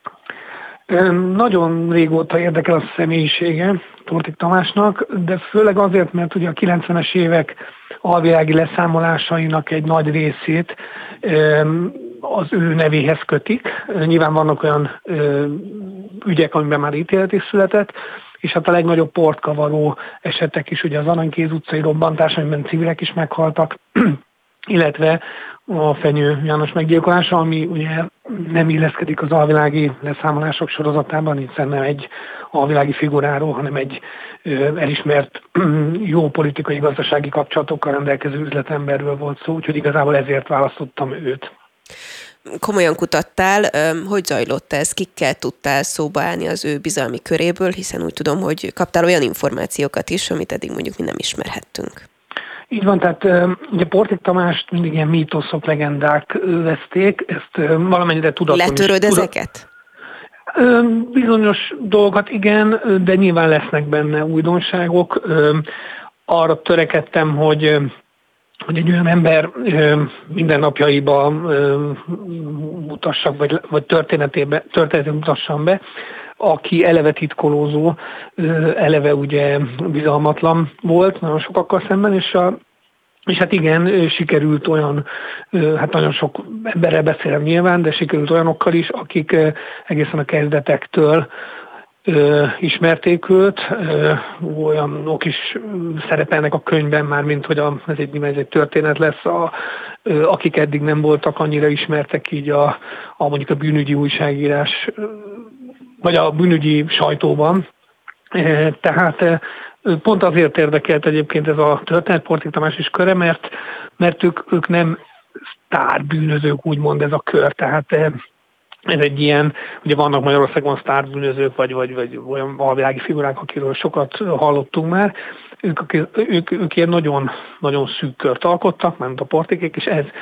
Nagyon régóta érdekel a személyisége Portik Tamásnak, de főleg azért, mert ugye a kilencvenes évek alvilági leszámolásainak egy nagy részét az ő nevéhez kötik. Nyilván vannak olyan ügyek, amiben már ítélet is született, és hát a legnagyobb portkavaró esetek is, ugye az Aranykéz utcai robbantás, amiben civilek is meghaltak, illetve a Fenyő János meggyilkolása, ami ugye nem illeszkedik az alvilági leszámolások sorozatában, hiszen nem egy alvilági figuráról, hanem egy ö, elismert jó politikai, gazdasági kapcsolatokkal rendelkező üzletemberről volt szó, úgyhogy igazából ezért választottam őt. Komolyan kutattál, hogy zajlott ez, kikkel tudtál szóba állni az ő bizalmi köréből, hiszen úgy tudom, hogy kaptál olyan információkat is, amit eddig mondjuk mi nem ismerhettünk. Így van, tehát ugye Portik Tamást mindig ilyen mítoszok, legendák veszték, ezt valamennyire tudatom Letöröd is. ezeket? Bizonyos dolgokat igen, de nyilván lesznek benne újdonságok. Arra törekedtem, hogy, hogy egy olyan ember mindennapjaiba mutassak, vagy, vagy történetébe, történetében mutassam be, aki eleve titkolózó, eleve ugye bizalmatlan volt nagyon sokakkal szemben, és, a, és hát igen, sikerült olyan, hát nagyon sok emberrel beszélem nyilván, de sikerült olyanokkal is, akik egészen a kezdetektől ismerték őt, olyanok is szerepelnek a könyvben már, mint hogy a, ez, egy, ez egy történet lesz, a, akik eddig nem voltak annyira ismertek így a, a mondjuk a bűnügyi újságírás, vagy a bűnügyi sajtóban. Tehát pont azért érdekelt egyébként ez a történet Portik Tamás is köre, mert, mert ők, ők nem sztárbűnözők, úgymond ez a kör. Tehát ez egy ilyen, ugye vannak Magyarországon sztárbűnözők, vagy, vagy, vagy olyan alvilági figurák, akiről sokat hallottunk már. Ők, ők, ők ilyen nagyon, nagyon szűk kört alkottak, mert a Portikék, és ez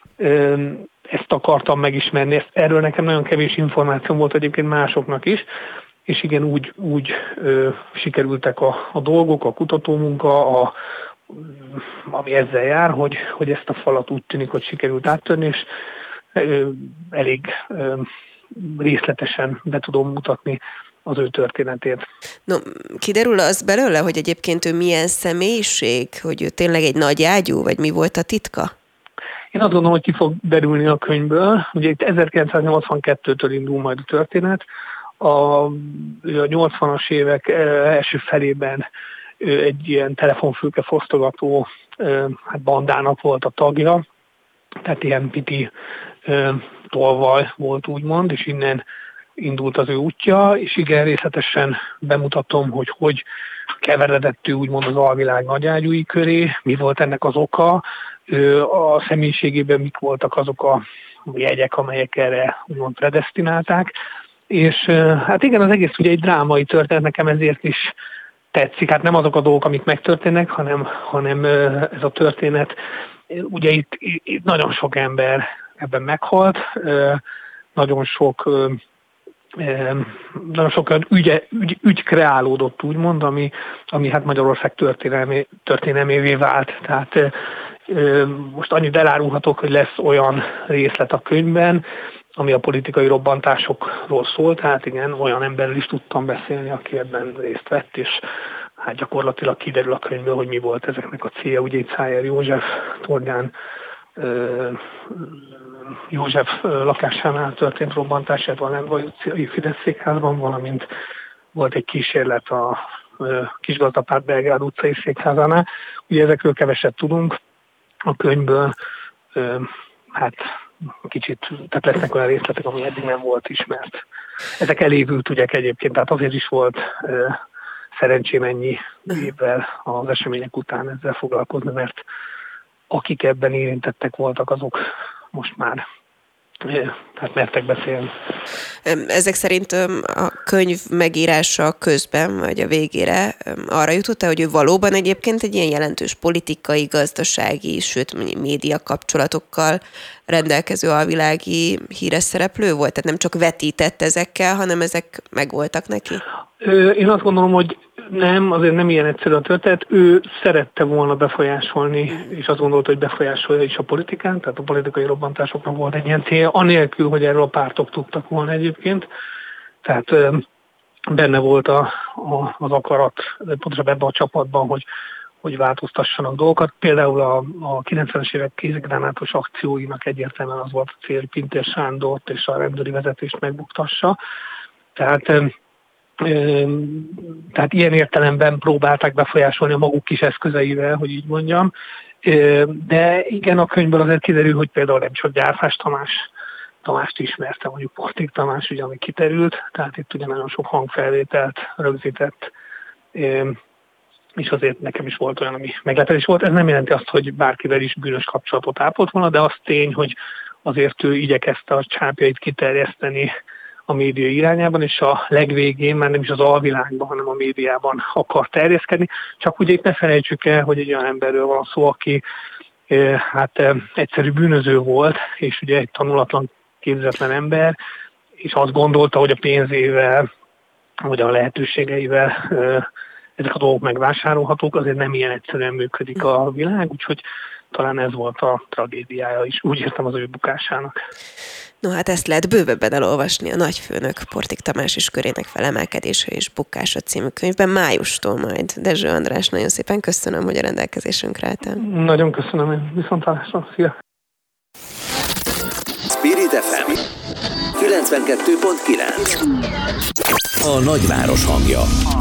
ezt akartam megismerni. Ezt, erről nekem nagyon kevés információ volt egyébként másoknak is, és igen, úgy, úgy ö, sikerültek a, a dolgok, a kutatómunka, a, ami ezzel jár, hogy, hogy ezt a falat úgy tűnik, hogy sikerült áttörni, és ö, elég ö, részletesen be tudom mutatni az ő történetét. No, kiderül az belőle, hogy egyébként ő milyen személyiség, hogy ő tényleg egy nagy ágyú, vagy mi volt a titka? Én azt gondolom, hogy ki fog derülni a könyvből. Ugye itt ezerkilencszáznyolcvankettőtől indul majd a történet. A, a nyolcvanas évek első felében egy ilyen telefonfülke fosztogató hát bandának volt a tagja, tehát ilyen piti tolvaj volt úgymond, és innen indult az ő útja, és igen, részletesen bemutatom, hogy hogy keveredett ő úgymond az alvilág nagyágyúi köré, mi volt ennek az oka, a személyiségében mik voltak azok a jegyek, amelyek erre úgymond predesztinálták, és hát igen, az egész ugye egy drámai történet, nekem ezért is tetszik, hát nem azok a dolgok, amik megtörténnek, hanem, hanem ez a történet, ugye itt, itt nagyon sok ember ebben meghalt, nagyon sok nagyon sok olyan ügy, ügy, ügy kreálódott, úgymond, ami, ami hát Magyarország történelmé, történelmévé vált. Tehát most annyit elárulhatok, hogy lesz olyan részlet a könyvben, ami a politikai robbantásokról szól, tehát igen, olyan emberrel is tudtam beszélni, aki ebben részt vett, és hát gyakorlatilag kiderül a könyvből, hogy mi volt ezeknek a célja. Ugye itt Szájer József, Tordján József lakásánál történt robbantás, illetve a Lendvai utcai Fidesz székházban, valamint volt egy kísérlet a Kisgazdapárt Belgrád utcai székházánál. Ugye ezekről keveset tudunk a könyvből, hát kicsit, tehát lesznek olyan részletek, ami eddig nem volt ismert. Ezek elévült ügyek egyébként, tehát azért is volt szerencsém ennyi évvel az események után ezzel foglalkozni, mert akik ebben érintettek voltak, azok most már hát mertek beszélni. Ezek szerint a könyv megírása közben, vagy a végére arra jutott-e, hogy ő valóban egyébként egy ilyen jelentős politikai, gazdasági, sőt média kapcsolatokkal rendelkező alvilági híres szereplő volt? Tehát nem csak vetített ezekkel, hanem ezek megvoltak neki? Én azt gondolom, hogy nem, azért nem ilyen egyszerű a történet. Ő szerette volna befolyásolni, és azt gondolta, hogy befolyásolja is a politikán, tehát a politikai robbantásokra volt egy ilyen célja, anélkül, hogy erről a pártok tudtak volna egyébként. Tehát benne volt a, a, az akarat, pontosan ebben a csapatban, hogy, hogy változtassanak dolgokat. Például a, a kilencvenes évek kézigránátos akcióinak egyértelműen az volt a cél, hogy Pintér Sándort és a rendőri vezetést megbuktassa. Tehát Tehát ilyen értelemben próbálták befolyásolni a maguk kis eszközeivel, hogy így mondjam. De igen, a könyvből azért kiderül, hogy például nem csak Gyárfás Tamás, Tamást ismerte, mondjuk Porték Tamás, ugye, ami kiterült, tehát itt ugye nagyon sok hangfelvételt rögzített, és azért nekem is volt olyan, ami meglepetés volt. Ez nem jelenti azt, hogy bárkivel is bűnös kapcsolatot ápolt volna, de az tény, hogy azért ő igyekezte a csápjait kiterjeszteni a média irányában, és a legvégén már nem is az alvilágban, hanem a médiában akar terjeszkedni. Csak ugye itt ne felejtsük el, hogy egy olyan emberről van szó, aki hát egyszerű bűnöző volt, és ugye egy tanulatlan, képzetlen ember, és azt gondolta, hogy a pénzével, vagy a lehetőségeivel ezek a dolgok megvásárolhatók, azért nem ilyen egyszerűen működik a világ, úgyhogy talán ez volt a tragédiája is, úgy értem, az ő bukásának. No hát ezt lehet bővebben elolvasni a Nagyfőnök Porték Tamás és körének felemelkedése és bukása című könyvben májustól majd. Dezső András, nagyon szépen köszönöm, hogy a rendelkezésünkre álltál. Nagyon köszönöm, viszontlátásra, szia! Spirit ef em kilencvenkettő pont kilenc. A nagyváros hangja.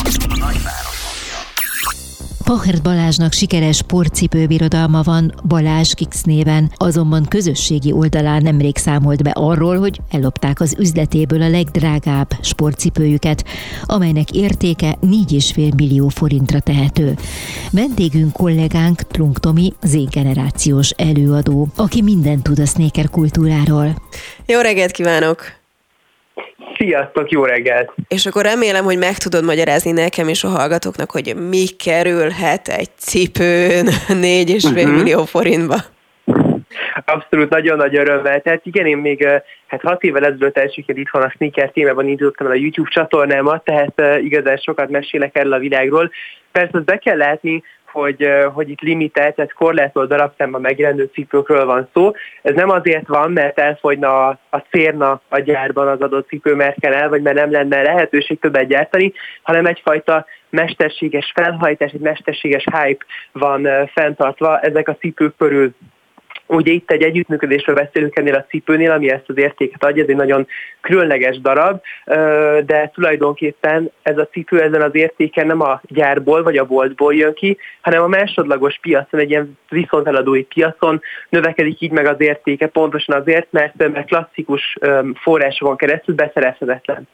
Pachert Balázsnak sikeres sportcipőbirodalma van Balázs Kix néven, azonban közösségi oldalán nemrég számolt be arról, hogy ellopták az üzletéből a legdrágább sportcipőjüket, amelynek értéke négy egész öt millió forintra tehető. Vendégünk kollégánk Trunk Tomi, Z-generációs előadó, aki mindent tud a sneaker kultúráról. Jó reggelt kívánok! Sziasztok, jó reggelt! És akkor remélem, hogy meg tudod magyarázni nekem és a hallgatóknak, hogy mi kerülhet egy cipőn négy egész öt uh-huh. millió forintba. Abszolút, nagyon nagy örömmel. Tehát igen, én még hát hat évvel ezelőtt elsőként itthon a sneaker témában indítottam el a YouTube csatornámat, tehát uh, igazán sokat mesélek erről a világról. Persze azt be kell látni, hogy, hogy itt limitált, tehát korlátolt darabszámban megjelenő cipőkről van szó. Ez nem azért van, mert elfogyna a, a cérna a gyárban az adott cipőmerken, vagy mert nem lenne lehetőség többet gyártani, hanem egyfajta mesterséges felhajtás, egy mesterséges hype van fenntartva ezek a cipők körül. Ugye itt egy együttműködésről beszélünk ennél a cipőnél, ami ezt az értéket adja, ez egy nagyon különleges darab, de tulajdonképpen ez a cipő ezen az értéken nem a gyárból vagy a boltból jön ki, hanem a másodlagos piacon, egy ilyen viszonteladói piacon növekedik így meg az értéke, pontosan azért, mert, mert klasszikus forrásokon keresztül beszerezhetetlen.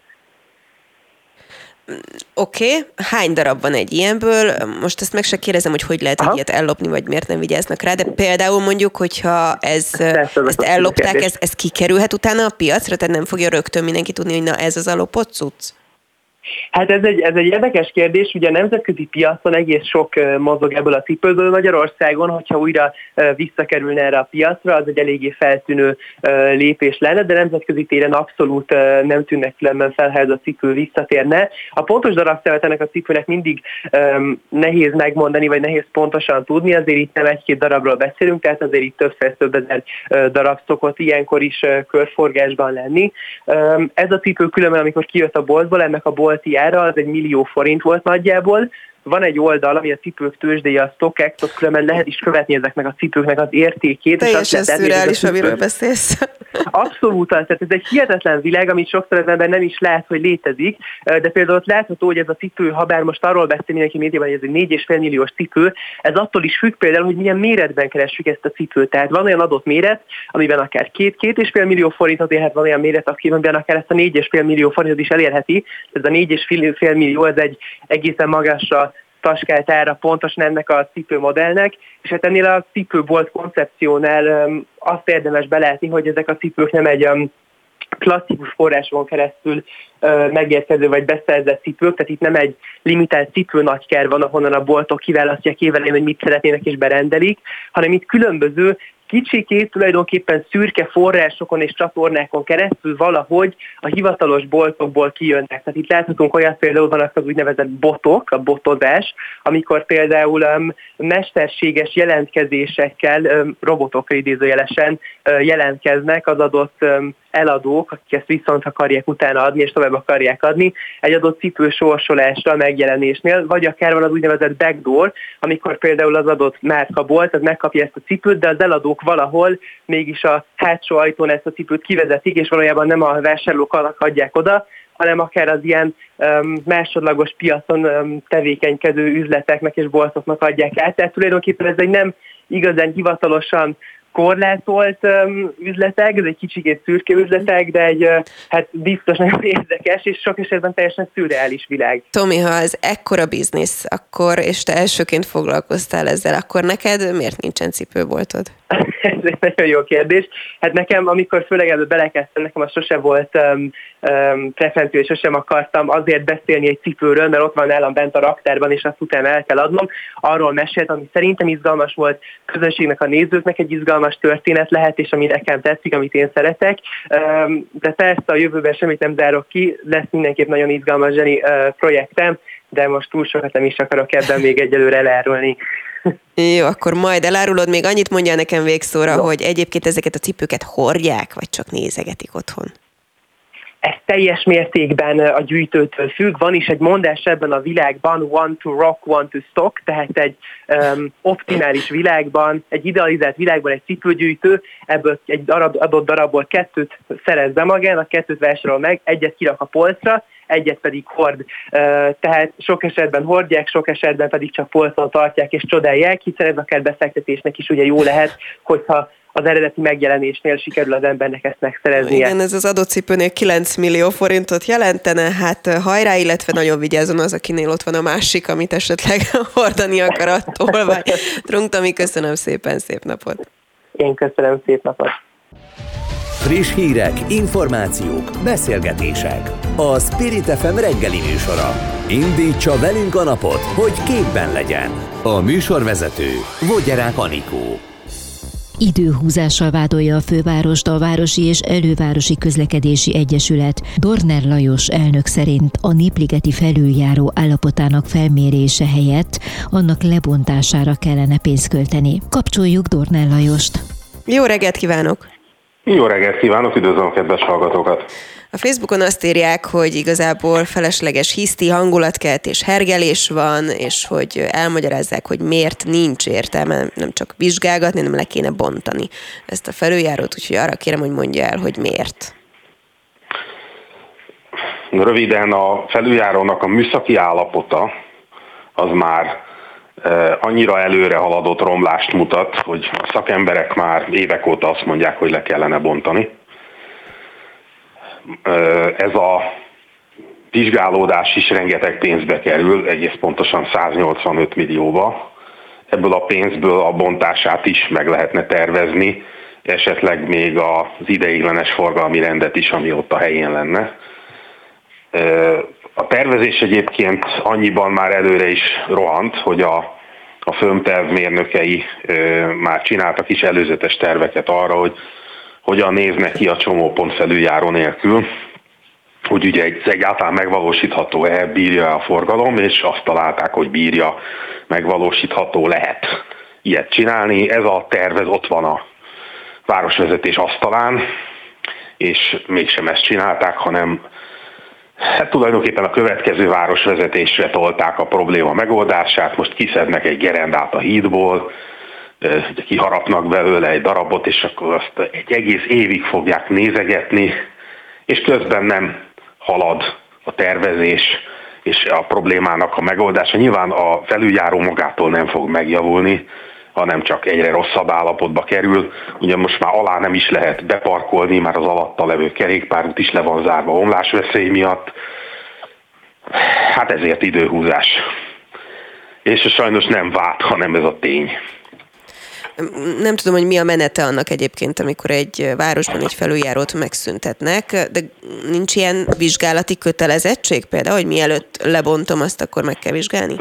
Oké, okay. Hány darab van egy ilyenből? Most ezt meg se kérdezem, hogy hogy lehet egy ilyet ellopni, vagy miért nem vigyáznak rá, de például mondjuk, hogyha ez, ezt ellopták, ez, ez kikerülhet utána a piacra, tehát nem fogja rögtön mindenki tudni, hogy na ez az a lopott cucc? Hát ez egy, ez egy érdekes kérdés, ugye a nemzetközi piacon egész sok mozog ebből a cipőből. Magyarországon, hogyha újra visszakerülne erre a piacra, az egy eléggé feltűnő lépés lenne, de nemzetközi téren abszolút nem tűnnek különben fel, ha ez a cipő visszatérne. A pontos darabszámát ennek a cipőnek mindig um, nehéz megmondani, vagy nehéz pontosan tudni, azért itt nem egy-két darabról beszélünk, tehát azért itt több száz, több ezer darab szokott ilyenkor is körforgásban lenni. Um, ez a cipő különben, amikor kijött a boltból, ennek a bolti ára az egy millió forint volt nagyjából. Van egy oldal, ami a cipők tőzsdéje, a StockX, ott különben lehet is követni ezeknek a cipőknek az értékét. Teljesen szürreális, amiről beszélsz. Abszolút, tehát ez egy hihetetlen világ, amit sokszor az ember nem is lát, hogy létezik, de például ott látható, hogy ez a cipő, ha bár most arról beszél mindenki médiában, hogy ez egy négy és fél milliós cipő, ez attól is függ például, hogy milyen méretben keressük ezt a cipőt. Tehát van olyan adott méret, amiben akár két-két és fél millió forintot érhet, van olyan méret, amiben akár ezt a négy és fél millió forintot is elérheti. Ez a négy és fél millió, ez egy egészen magasra taskált ára pontosan ennek a cipőmodellnek, és hát ennél a cipőbolt koncepciónál um, azt érdemes belátni, hogy ezek a cipők nem egy um, klasszikus forrásokon keresztül uh, megérkező vagy beszerzett cipők, tehát itt nem egy limitált cipő nagyker van, ahonnan a boltok kiválasztják évelején, hogy mit szeretnének és berendelik, hanem itt különböző kicsikét tulajdonképpen szürke forrásokon és csatornákon keresztül valahogy a hivatalos boltokból kijönnek. Tehát itt láthatunk olyat, például vannak az úgynevezett botok, a botozás, amikor például um, mesterséges jelentkezésekkel, um, robotokkal idézőjelesen uh, jelentkeznek az adott um, eladók, akik ezt viszont akarják utána adni, és tovább akarják adni, egy adott cipő sorsolásra, megjelenésnél, vagy akár van az úgynevezett backdoor, amikor például az adott márkabolt, az megkapja ezt a cipőt, de az eladók valahol mégis a hátsó ajtón ezt a cipőt kivezetik, és valójában nem a vásárlóknak adják oda, hanem akár az ilyen um, másodlagos piacon um, tevékenykedő üzleteknek és boltoknak adják át. Tehát tulajdonképpen ez egy nem igazán hivatalosan korlátolt um, üzletek, ez egy kicsikét szürke üzletek, de egy uh, hát biztos nagyon érdekes, és sok esetben teljesen szürreális világ. Tomi, ha ez ekkora biznisz, akkor, és te elsőként foglalkoztál ezzel, akkor neked miért nincsen cipőboltod? Ez egy nagyon jó kérdés. Hát nekem, amikor főleg előbb belekezdtem, nekem az sose volt um, um, preferencia, és sosem akartam azért beszélni egy cipőről, mert ott van nálam bent a raktárban, és azt utána el kell adnom. Arról mesélt, ami szerintem izgalmas volt, közönségnek, a nézőknek egy izgalmas történet lehet, és ami nekem tetszik, amit én szeretek. Um, de persze a jövőben semmit nem zárok ki, lesz mindenképp nagyon izgalmas zseni uh, projektem, de most túl sokat nem is akarok ebben még egyelőre elárulni. Jó, akkor majd elárulod, még annyit mondjál nekem végszóra, no. hogy egyébként ezeket a cipőket hordják, vagy csak nézegetik otthon? Ez teljes mértékben a gyűjtőtől függ. Van is egy mondás ebben a világban, one to rock, one to stock, tehát egy um, optimális világban, egy idealizált világban egy cipőgyűjtő, ebből egy darab, adott darabból kettőt szerez be magának, kettőt vásárol meg, egyet kirak a polcra, egyet pedig hord. Tehát sok esetben hordják, sok esetben pedig csak polcon tartják és csodálják, hiszen ez akár befektetésnek is ugye jó lehet, hogyha az eredeti megjelenésnél sikerül az embernek ezt megszereznie. Igen, ez az adott cipőnél kilenc millió forintot jelentene, hát hajrá, illetve nagyon vigyázzon az, akinél ott van a másik, amit esetleg hordani akar attól. Vagy Trunk Tomi, köszönöm szépen, szép napot! Én köszönöm, szép napot! Friss hírek, információk, beszélgetések. A Spirit ef em reggeli műsora. Indítsa velünk a napot, hogy képben legyen. A műsorvezető Vogyarák Anikó. Időhúzással vádolja a fővárost a Városi és Elővárosi Közlekedési Egyesület. Dorner Lajos elnök szerint a Népligeti felüljáró állapotának felmérése helyett annak lebontására kellene pénzt költeni. Kapcsoljuk Dorner Lajost. Jó reggelt kívánok! Jó reggelt kívánok, üdvözlöm a kedves hallgatókat! A Facebookon azt írják, hogy igazából felesleges hiszti, hangulatkeltés, hergelés van, és hogy elmagyarázzák, hogy miért nincs értelme nem csak vizsgálgatni, hanem le kéne bontani ezt a felüljárót, úgyhogy arra kérem, hogy mondja el, hogy miért. Röviden, a felüljárónak a műszaki állapota az már e, annyira előre haladott romlást mutat, hogy a szakemberek már évek óta azt mondják, hogy le kellene bontani. E, ez a vizsgálódás is rengeteg pénzbe kerül, egész pontosan száznyolcvanöt millióba. Ebből a pénzből a bontását is meg lehetne tervezni, esetleg még az ideiglenes forgalmi rendet is, ami ott a helyén lenne. A tervezés egyébként annyiban már előre is rohant, hogy a, a fömterv mérnökei már csináltak is előzetes terveket arra, hogy hogyan néznek ki a csomópont felüljáró nélkül, hogy ugye ez egyáltalán megvalósítható-e, bírja a forgalom, és azt találták, hogy bírja, megvalósítható, lehet ilyet csinálni. Ez a terv, ez ott van a városvezetés asztalán, és mégsem ezt csinálták, hanem hát tulajdonképpen a következő városvezetésre tolták a probléma megoldását, most kiszednek egy gerendát a hídból, kiharapnak belőle egy darabot, és akkor azt egy egész évig fogják nézegetni, és közben nem halad a tervezés és a problémának a megoldása. Nyilván a felüljáró magától nem fog megjavulni, hanem csak egyre rosszabb állapotba kerül. Ugye most már alá nem is lehet beparkolni, már az alatta levő kerékpárút is le van zárva omlásveszély miatt. Hát ezért időhúzás. És sajnos nem vált, hanem ez a tény. Nem tudom, hogy mi a menete annak egyébként, amikor egy városban egy felüljárót megszüntetnek, de nincs ilyen vizsgálati kötelezettség például, hogy mielőtt lebontom, azt akkor meg kell vizsgálni?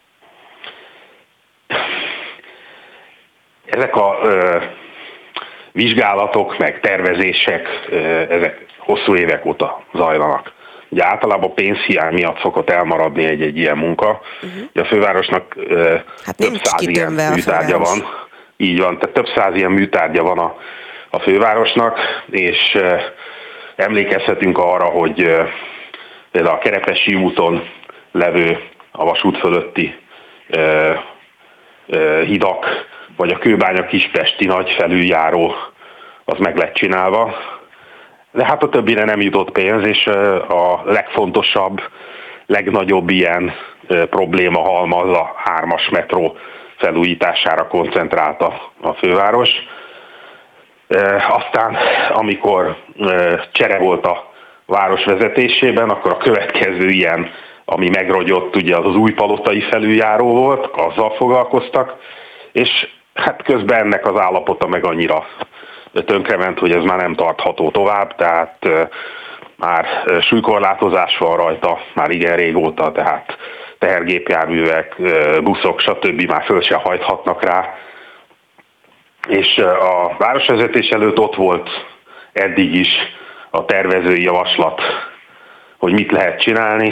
Ezek a ö, vizsgálatok, meg tervezések, ö, ezek hosszú évek óta zajlanak. Ugye általában pénzhiány miatt szokott elmaradni egy-egy ilyen munka. Uh-huh. Ugye a fővárosnak ö, hát több száz ilyen műtárgya van. Így van, tehát több száz ilyen műtárgya van a, a fővárosnak, és ö, emlékezhetünk arra, hogy ö, például a Kerepesi úton levő a vasút fölötti ö, ö, hidak, vagy a Kőbánya-Kispesti nagy felüljáró, az meg lett csinálva. De hát a többire nem jutott pénz, és a legfontosabb, legnagyobb ilyen probléma halmaz a hármas metró felújítására koncentrálta a főváros. Aztán, amikor csere volt a város vezetésében, akkor a következő ilyen, ami megrogyott, ugye az az újpalotai felüljáró volt, azzal foglalkoztak, és hát közben ennek az állapota meg annyira tönkrement, hogy ez már nem tartható tovább, tehát uh, már uh, súlykorlátozás van rajta, már igen régóta, tehát tehergépjárművek, uh, buszok, stb. Már föl se hajthatnak rá. És uh, a városvezetés előtt ott volt eddig is a tervezői javaslat, hogy mit lehet csinálni.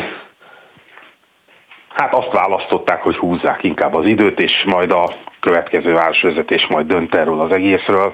Hát azt választották, hogy húzzák inkább az időt, és majd a következő városvezetés majd dönt erről az egészről.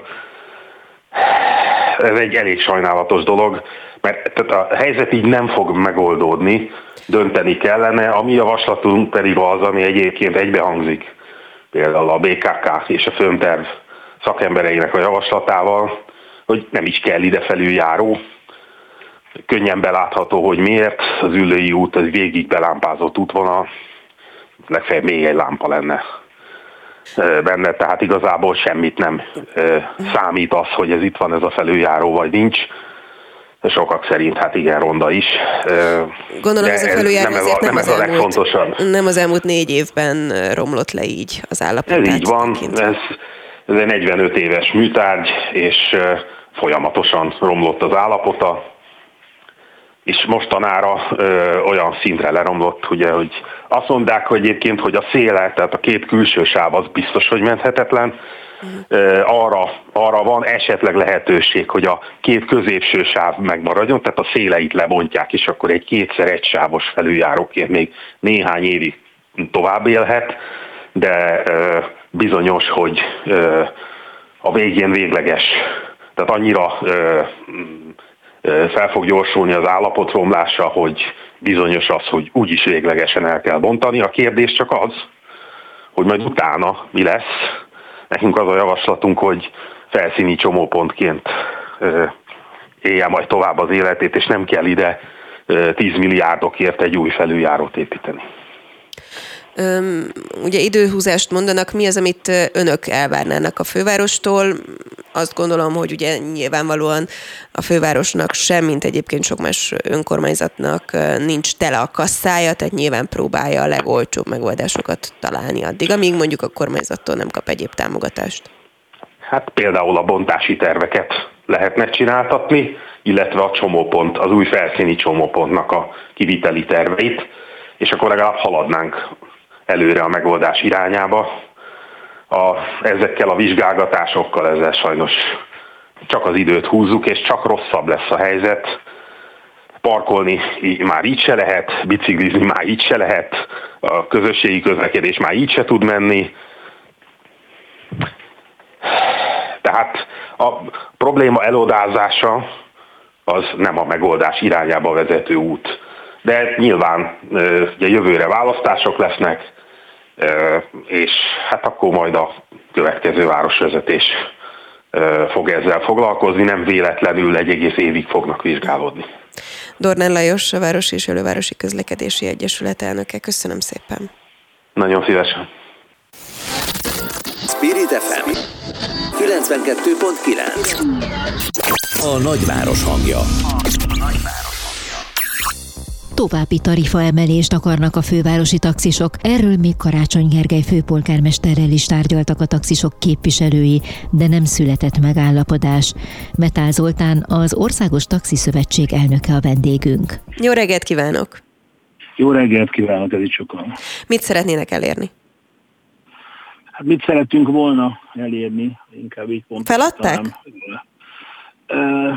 Ez egy elég sajnálatos dolog, mert tehát a helyzet így nem fog megoldódni, dönteni kellene, a mi javaslatunk pedig az, ami egyébként egybehangzik, például a bé ká ká és a fömterv szakembereinek a javaslatával, hogy nem is kell ide felüljáró, könnyen belátható, hogy miért, az Üllői út az végig belámpázott útvonal, legfeljebb még egy lámpa lenne benne, tehát igazából semmit nem számít az, hogy ez itt van ez a felüljáró, vagy nincs. Sokak szerint hát igen, ronda is. Gondolom ez a felüljáró nem ez azért a, nem, nem, ez az a legfontosabb. Nem az elmúlt négy évben romlott le így az állapotát. Ez így van, ez, ez egy negyvenöt éves műtárgy, és folyamatosan romlott az állapota, és mostanára ö, olyan szintre leromlott, ugye, hogy azt mondták, hogy egyébként, hogy a széle, tehát a két külső sáv az biztos, hogy menthetetlen, ö, arra, arra van esetleg lehetőség, hogy a két középső sáv megmaradjon, tehát a széleit lebontják, és akkor egy kétszer egy sávos felüljáróként még néhány évig tovább élhet, de ö, bizonyos, hogy ö, a végén végleges, tehát annyira ö, fel fog gyorsulni az állapotromlása, hogy bizonyos az, hogy úgyis véglegesen el kell bontani. A kérdés csak az, hogy majd utána mi lesz. Nekünk az a javaslatunk, hogy felszíni csomópontként élje majd tovább az életét, és nem kell ide tíz milliárdokért egy új felüljárót építeni. Öm, ugye időhúzást mondanak, mi az, amit önök elvárnának a fővárostól? Azt gondolom, hogy ugye nyilvánvalóan a fővárosnak sem, mint egyébként sok más önkormányzatnak nincs tele a kasszája, tehát nyilván próbálja a legolcsóbb megoldásokat találni addig, amíg mondjuk a kormányzattól nem kap egyéb támogatást. Hát például a bontási terveket lehetne csináltatni, illetve a csomópont, az új felszíni csomópontnak a kiviteli terveit, és akkor legalább haladnánk előre a megoldás irányába. A, ezekkel a vizsgálgatásokkal ezzel sajnos csak az időt húzzuk, és csak rosszabb lesz a helyzet. Parkolni már így se lehet, biciklizni már így se lehet, a közösségi közlekedés már így se tud menni. Tehát a probléma elodázása az nem a megoldás irányába vezető út. De nyilván ugye jövőre választások lesznek, és hát akkor majd a következő városvezetés fog ezzel foglalkozni, nem véletlenül egy egész évig fognak vizsgálódni. Dornán Lajos, a Városi és Élővárosi Közlekedési Egyesület elnöke. Köszönöm szépen. Nagyon szívesen. Spirit ef em kilencvenkettő pont kilenc. A nagyváros hangja. További tarifaemelést akarnak a fővárosi taxisok. Erről még Karácsony Gergely főpolgármesterrel is tárgyaltak a taxisok képviselői, de nem született megállapodás. Metál Zoltán, az Országos Taxiszövetség elnöke a vendégünk. Jó reggelt kívánok! Jó reggelt kívánok, ez itt sokan. Mit szeretnének elérni? Hát mit szerettünk volna elérni, inkább így pont. Feladták? Uh,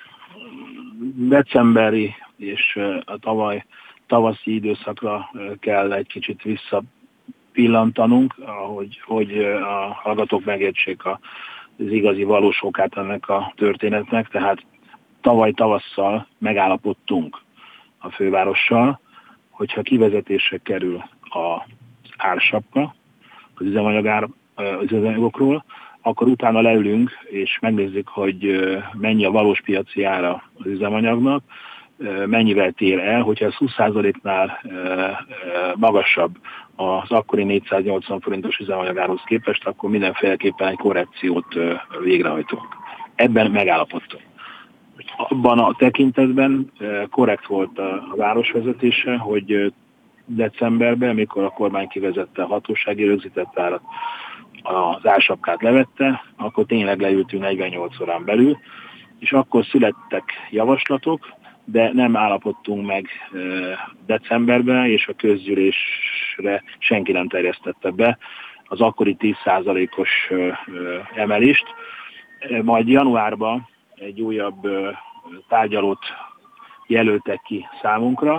decemberi és a tavaly tavaszi időszakra kell egy kicsit visszapillantanunk, ahogy, hogy a hallgatók megértsék az igazi valós okát ennek a történetnek. Tehát tavaly tavasszal megállapodtunk a fővárossal, hogyha kivezetésre kerül az ársapka az üzemanyagár, az üzemanyagokról, akkor utána leülünk és megnézzük, hogy mennyi a valós piaci ára az üzemanyagnak, mennyivel tér el, hogyha ez húsz százaléknál magasabb az akkori négyszáznyolcvan forintos üzemanyagárhoz képest, akkor mindenféleképpen egy korrekciót végrehajtunk. Ebben megállapodtunk. Abban a tekintetben korrekt volt a városvezetése, hogy decemberben, amikor a kormány kivezette a hatósági rögzített árat, az ársapkát levette, akkor tényleg leültünk negyvennyolc órán belül, és akkor születtek javaslatok, de nem állapodtunk meg decemberben, és a közgyűlésre senki nem terjesztette be az akkori tíz százalékos emelést. Majd januárban egy újabb tárgyalót jelöltek ki számunkra,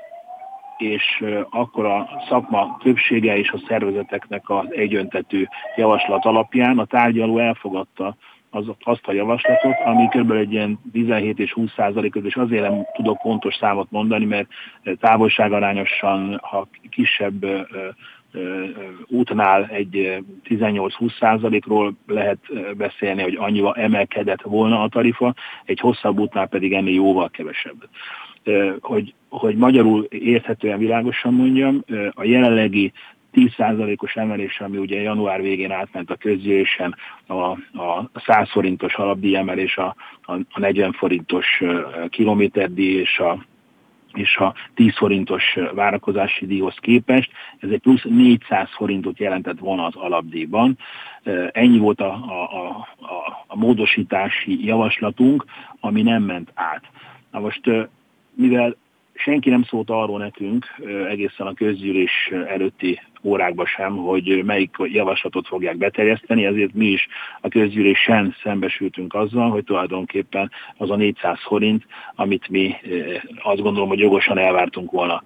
és akkor a szakma többsége és a szervezeteknek az egyöntetű javaslat alapján a tárgyaló elfogadta az, azt a javaslatot, ami kb. Egy ilyen tizenhét és húsz százalékot, és azért nem tudok pontos számot mondani, mert távolságarányosan, ha kisebb ö, ö, útnál egy tizennyolc-húsz százalékról lehet beszélni, hogy annyival emelkedett volna a tarifa, egy hosszabb útnál pedig ennél jóval kevesebb. Hogy, hogy magyarul érthetően világosan mondjam, a jelenlegi tíz százalékos emelés, ami ugye január végén átment a közgyűlésen, a, a száz forintos alapdíj emelés, a, a negyven forintos kilométerdíj és a, és a tíz forintos várakozási díjhoz képest, ez egy plusz négyszáz forintot jelentett volna az alapdíjban. Ennyi volt a, a, a, a módosítási javaslatunk, ami nem ment át. Na most, mivel senki nem szólt arról nekünk egészen a közgyűlés előtti órákban sem, hogy melyik javaslatot fogják beterjeszteni, ezért mi is a közgyűlésen szembesültünk azzal, hogy tulajdonképpen az a négyszáz forint, amit mi azt gondolom, hogy jogosan elvártunk volna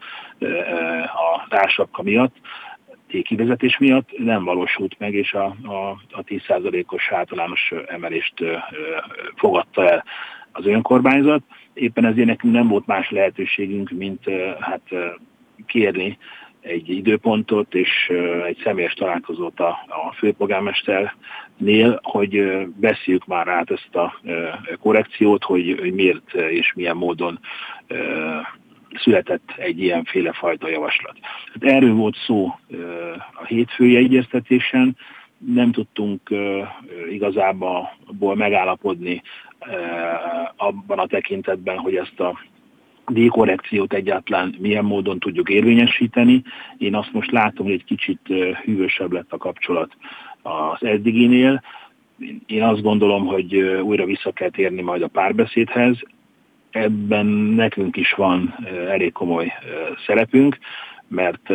a társapka miatt, kivezetés miatt nem valósult meg, és a, a, a tíz százalékos általános emelést fogadta el az önkormányzat. Éppen ezért nekünk nem volt más lehetőségünk, mint hát kérni egy időpontot és egy személyes találkozót a, a főpolgármesternél, hogy beszéljük már át ezt a korrekciót, hogy, hogy miért és milyen módon született egy ilyenféle fajta javaslat. Hát erről volt szó a hétfői egyeztetésen, nem tudtunk igazából megállapodni abban a tekintetben, hogy ezt a díjkorrekciót egyáltalán milyen módon tudjuk érvényesíteni. Én azt most látom, hogy egy kicsit hűvösebb lett a kapcsolat az eddiginél. Én azt gondolom, hogy újra vissza kell térni majd a párbeszédhez. Ebben nekünk is van elég komoly szerepünk, mert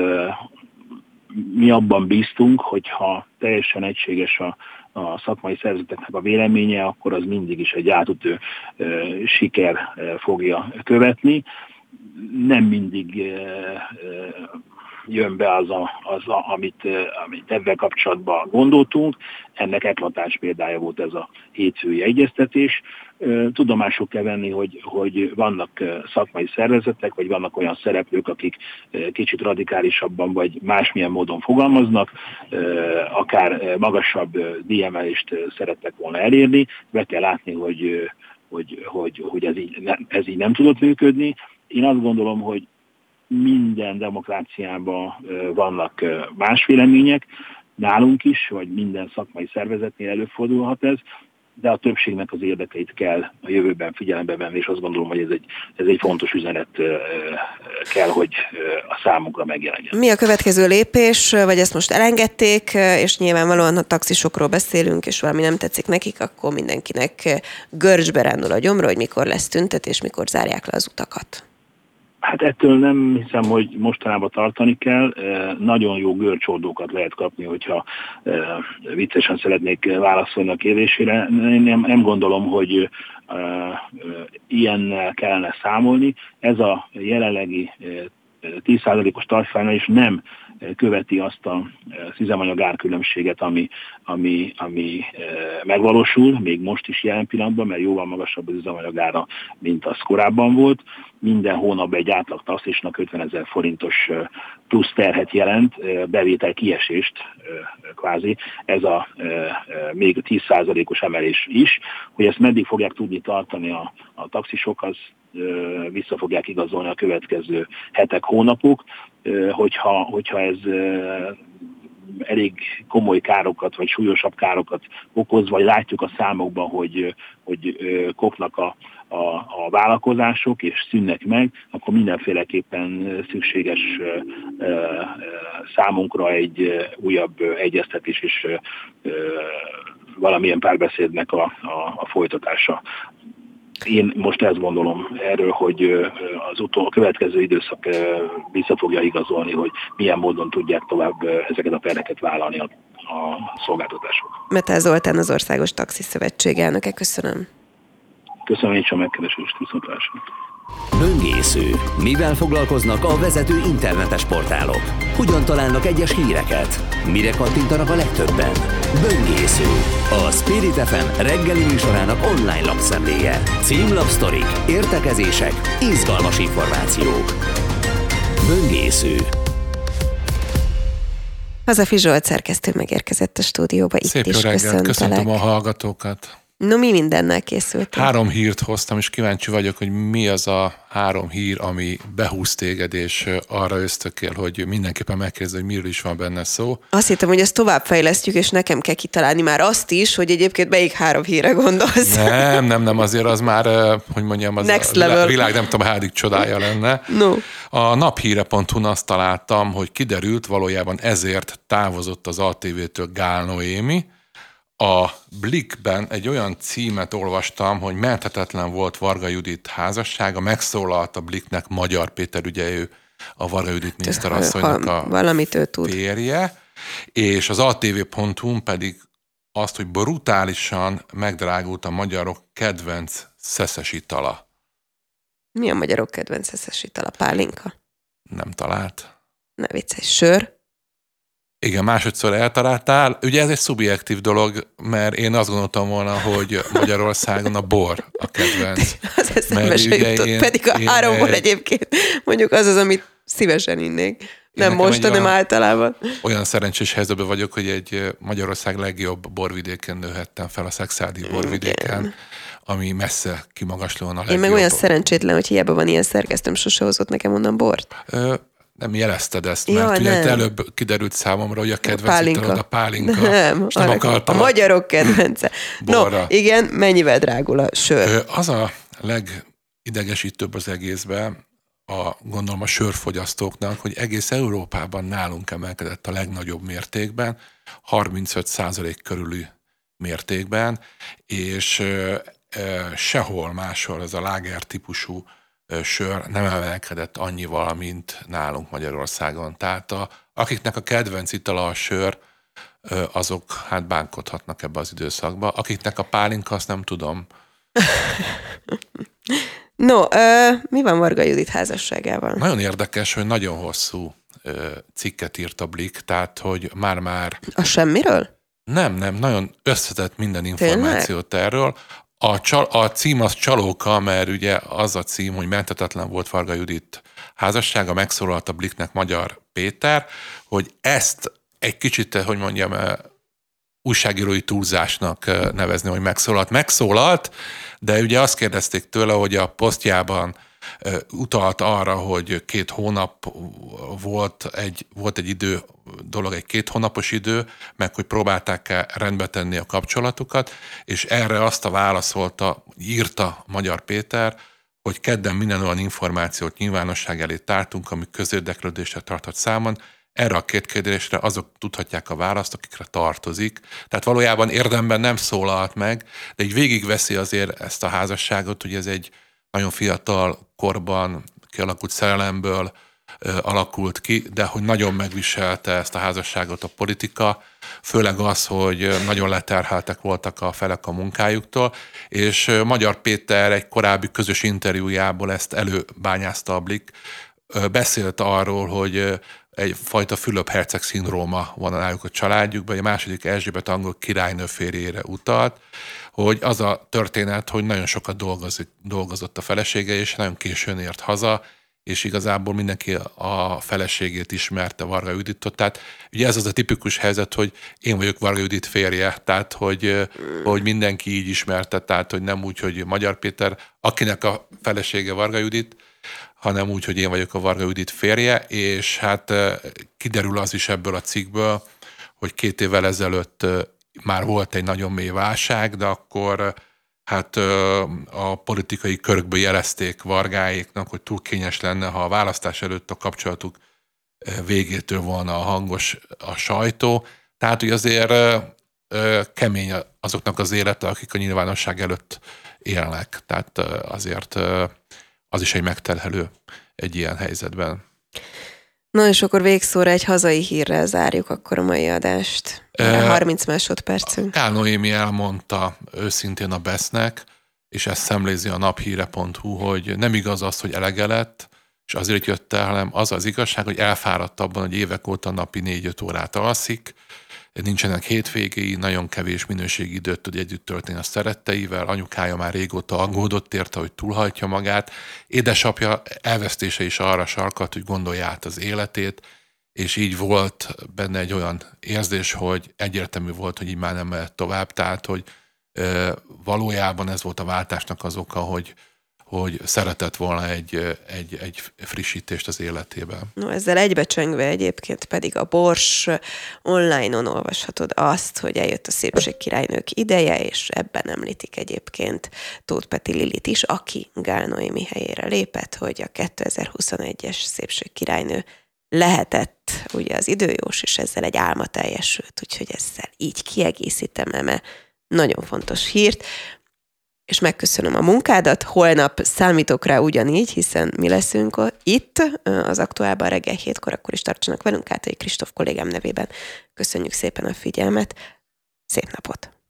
mi abban bíztunk, hogyha teljesen egységes a, a szakmai szervezeteknek a véleménye, akkor az mindig is egy átütő e, siker e, fogja követni. Nem mindig e, e, jön be az, a, az a, amit, amit ebben kapcsolatban gondoltunk. Ennek eklatáns példája volt ez a hétfői egyeztetés. Tudomásul kell venni, hogy, hogy vannak szakmai szervezetek, vagy vannak olyan szereplők, akik kicsit radikálisabban, vagy másmilyen módon fogalmaznak, akár magasabb díjemelést szerettek volna elérni. Be kell látni, hogy, hogy, hogy, hogy ez, így nem, ez így nem tudott működni. Én azt gondolom, hogy minden demokráciában vannak más vélemények, nálunk is, vagy minden szakmai szervezetnél előfordulhat ez, de a többségnek az érdekeit kell a jövőben figyelembe venni, és azt gondolom, hogy ez egy, ez egy fontos üzenet kell, hogy a számunkra megjelenjen. Mi a következő lépés, vagy ezt most elengedték, és nyilvánvalóan, ha taxisokról beszélünk, és valami nem tetszik nekik, akkor mindenkinek görcsbe rándul a gyomra, hogy mikor lesz tüntetés, mikor zárják le az utakat. Hát ettől nem hiszem, hogy mostanában tartani kell. Nagyon jó görcsordókat lehet kapni, hogyha viccesen szeretnék válaszolni a kérdésére. Nem, nem gondolom, hogy ilyennel kellene számolni. Ez a jelenlegi tíz százalékos tarifánál nem követi azt a üzemanyag árkülönbséget, ami, ami, ami megvalósul, még most is jelen pillanatban, mert jóval magasabb az üzemanyag ára, mint az korábban volt. Minden hónapban egy átlag taxisnak ötvenezer forintos plusz terhet jelent, bevétel kiesést kvázi, ez a még tíz százalékos emelés is. Hogy ezt meddig fogják tudni tartani a, a taxisok, az vissza fogják igazolni a következő hetek, hónapok, hogyha, hogyha ez elég komoly károkat, vagy súlyosabb károkat okoz, vagy látjuk a számokban, hogy, hogy kopnak a, a, a vállalkozások, és szűnnek meg, akkor mindenféleképpen szükséges számunkra egy újabb egyeztetés és valamilyen párbeszédnek a, a, a folytatása. Én most ezt gondolom erről, hogy az utol, a következő időszak vissza fogja igazolni, hogy milyen módon tudják tovább ezeket a terheket vállalni a, a szolgáltatások. Metál Zoltán, az Országos Taxi Szövetség elnöke, köszönöm. Köszönöm én is a megkeresést, viszontlátásra. Böngésző. Mivel foglalkoznak a vezető internetes portálok? Hogyan találnak egyes híreket? Mire kattintanak a legtöbben? Böngésző. A Spirit ef em reggeli műsorának online lapszemléje. Címlapsztorik, értekezések, izgalmas információk. Böngésző. Hazafi Zsolt szerkesztő megérkezett a stúdióba. Itt Szép is jó reggelt, köszöntelek. köszöntöm a hallgatókat. No, mi mindennel készültem? Három hírt hoztam, és kíváncsi vagyok, hogy mi az a három hír, ami behúz téged, és arra ösztökél, hogy mindenképpen megkérdez, hogy miről is van benne szó. Azt hittem, hogy ezt továbbfejlesztjük, és nekem kell kitalálni már azt is, hogy egyébként melyik három hírre gondolsz. Nem, nem, nem, azért az már, hogy mondjam, az Next a level. világ nem tudom, hádik csodája lenne. No. A naphíre pont hu-n azt találtam, hogy kiderült, valójában ezért távozott az á té vé-től Gál Noémi. A Blikkben egy olyan címet olvastam, hogy menthetetlen volt Varga Judit házassága, megszólalt a Blikknek Magyar Péter, ugye ő a Varga Judit miniszterasszonynak a valamit ő tud. férje, és az á té vé pont hu-n pedig azt, hogy brutálisan megdrágult a magyarok kedvenc szeszes itala. Mi a magyarok kedvenc szeszes itala? Pálinka? Nem talált. Ne viccelj, sör? Igen, másodszor eltaláltál. Ugye ez egy szubjektív dolog, mert én azt gondoltam volna, hogy Magyarországon a bor a kedvenc. Az eszembe se jutott, én, pedig a háromból egy... egyébként mondjuk az az, amit szívesen innék. Nem most, hanem általában. Olyan szerencsés helyzetben vagyok, hogy egy Magyarország legjobb borvidéken nőhettem fel, a Szekszárdi borvidéken, igen. Ami messze kimagaslóan a legjobb. Én meg olyan szerencsétlen, hogy hiába van ilyen szerkesztőm, sose hozott nekem onnan bort. Ö, nem jelezted ezt, mert ja, ugye előbb kiderült számomra, hogy a kedvenc italod a pálinka. Nem, nem a, a magyarok kedvence. No, igen, mennyivel drágul a sör? Ö, az a legidegesítőbb az egészben, a, gondolom a sörfogyasztóknak, hogy egész Európában nálunk emelkedett a legnagyobb mértékben, harmincöt százalék körüli mértékben, és ö, ö, sehol máshol ez a láger típusú ö, sör nem emelkedett annyival, mint nálunk Magyarországon. Tehát a, akiknek a kedvenc itala a sör, ö, azok hát bánkodhatnak ebbe az időszakba. Akiknek a pálinka, azt nem tudom. No, ö, mi van Varga Judit házasságával? Nagyon érdekes, hogy nagyon hosszú ö, cikket írt a Blik, tehát, hogy már-már... A semmiről? Nem, nem, nagyon összetett minden információt Tényleg? Erről. A, csal, a cím az csalóka, mert ugye az a cím, hogy menthetetlen volt Varga Judit házassága, megszólalt a Bliknek Magyar Péter, hogy ezt egy kicsit, hogy mondjam, újságírói túlzásnak nevezni, hogy megszólalt. Megszólalt, de ugye azt kérdezték tőle, hogy a posztjában utalt arra, hogy két hónap volt egy, volt egy idő, dolog egy két hónapos idő, meg hogy próbálták rendbe tenni a kapcsolatukat, és erre azt a válaszolta, írta Magyar Péter, hogy kedden minden olyan információt nyilvánosság elé tártunk, ami közérdeklődésre tartott számon. Erre a két kérdésre azok tudhatják a választ, akikre tartozik. Tehát valójában érdemben nem szólalt meg, de így végigveszi azért ezt a házasságot, hogy ez egy nagyon fiatal korban kialakult szerelemből ö, alakult ki, de hogy nagyon megviselte ezt a házasságot a politika, főleg az, hogy nagyon leterheltek voltak a felek a munkájuktól, és ö, Magyar Péter egy korábbi közös interjújából ezt előbányázta a Blik, ö, beszélt arról, hogy ö, egyfajta Fülöp-herceg szindróma van náluk a családjukban, a második Erzsébet angol királynő férjére utalt, hogy az a történet, hogy nagyon sokat dolgozik, dolgozott a felesége, és nagyon későn ért haza, és igazából mindenki a feleségét ismerte, Varga Juditot. Tehát ugye ez az a tipikus helyzet, hogy én vagyok Varga Judit férje, tehát hogy, hogy mindenki így ismerte, tehát hogy nem úgy, hogy Magyar Péter, akinek a felesége Varga Judit, hanem úgy, hogy én vagyok a Varga Judit férje, és hát kiderül az is ebből a cikkből, hogy két évvel ezelőtt már volt egy nagyon mély válság, de akkor hát a politikai körökből jelezték Vargáéknak, hogy túl kényes lenne, ha a választás előtt a kapcsolatuk végétől volna a hangos a sajtó. Tehát, hogy azért kemény azoknak az élete, akik a nyilvánosság előtt élnek. Tehát azért az is egy megterhelő egy ilyen helyzetben. Na és akkor végszóra egy hazai hírrel zárjuk akkor a mai adást. E, harminc másodpercünk. Kál Noémi elmondta őszintén a Besznek, és ezt szemlézi a naphíre pont hu, hogy nem igaz az, hogy elege lett, és azért jött el, hanem az az igazság, hogy elfáradt abban, hogy évek óta napi négy-öt órát alszik, nincsenek hétvégéi, nagyon kevés minőségi időt tud együtt tölteni a szeretteivel, anyukája már régóta aggódott érte, hogy túlhajtja magát, édesapja elvesztése is arra sarkadt, hogy gondolja át az életét, és így volt benne egy olyan érzés, hogy egyértelmű volt, hogy így már nem mehet tovább, tehát hogy e, valójában ez volt a váltásnak az oka, hogy hogy szeretett volna egy, egy, egy frissítést az életében. No, ezzel egybecsengve egyébként pedig a Bors online-on olvashatod azt, hogy eljött a szépségkirálynők ideje, és ebben említik egyébként Tóth Peti Lilit is, aki Gál Noémi helyére lépett, hogy a kétezer-huszonegyes szépségkirálynő lehetett ugye az időjós, és ezzel egy álma teljesült, úgyhogy ezzel így kiegészítem eme nagyon fontos hírt. És megköszönöm a munkádat, holnap számítok rá ugyanígy, hiszen mi leszünk itt az Aktuálban reggel hétkor, akkor is tartsanak velünk, Kátai Kristóf kollégám nevében. Köszönjük szépen a figyelmet, szép napot!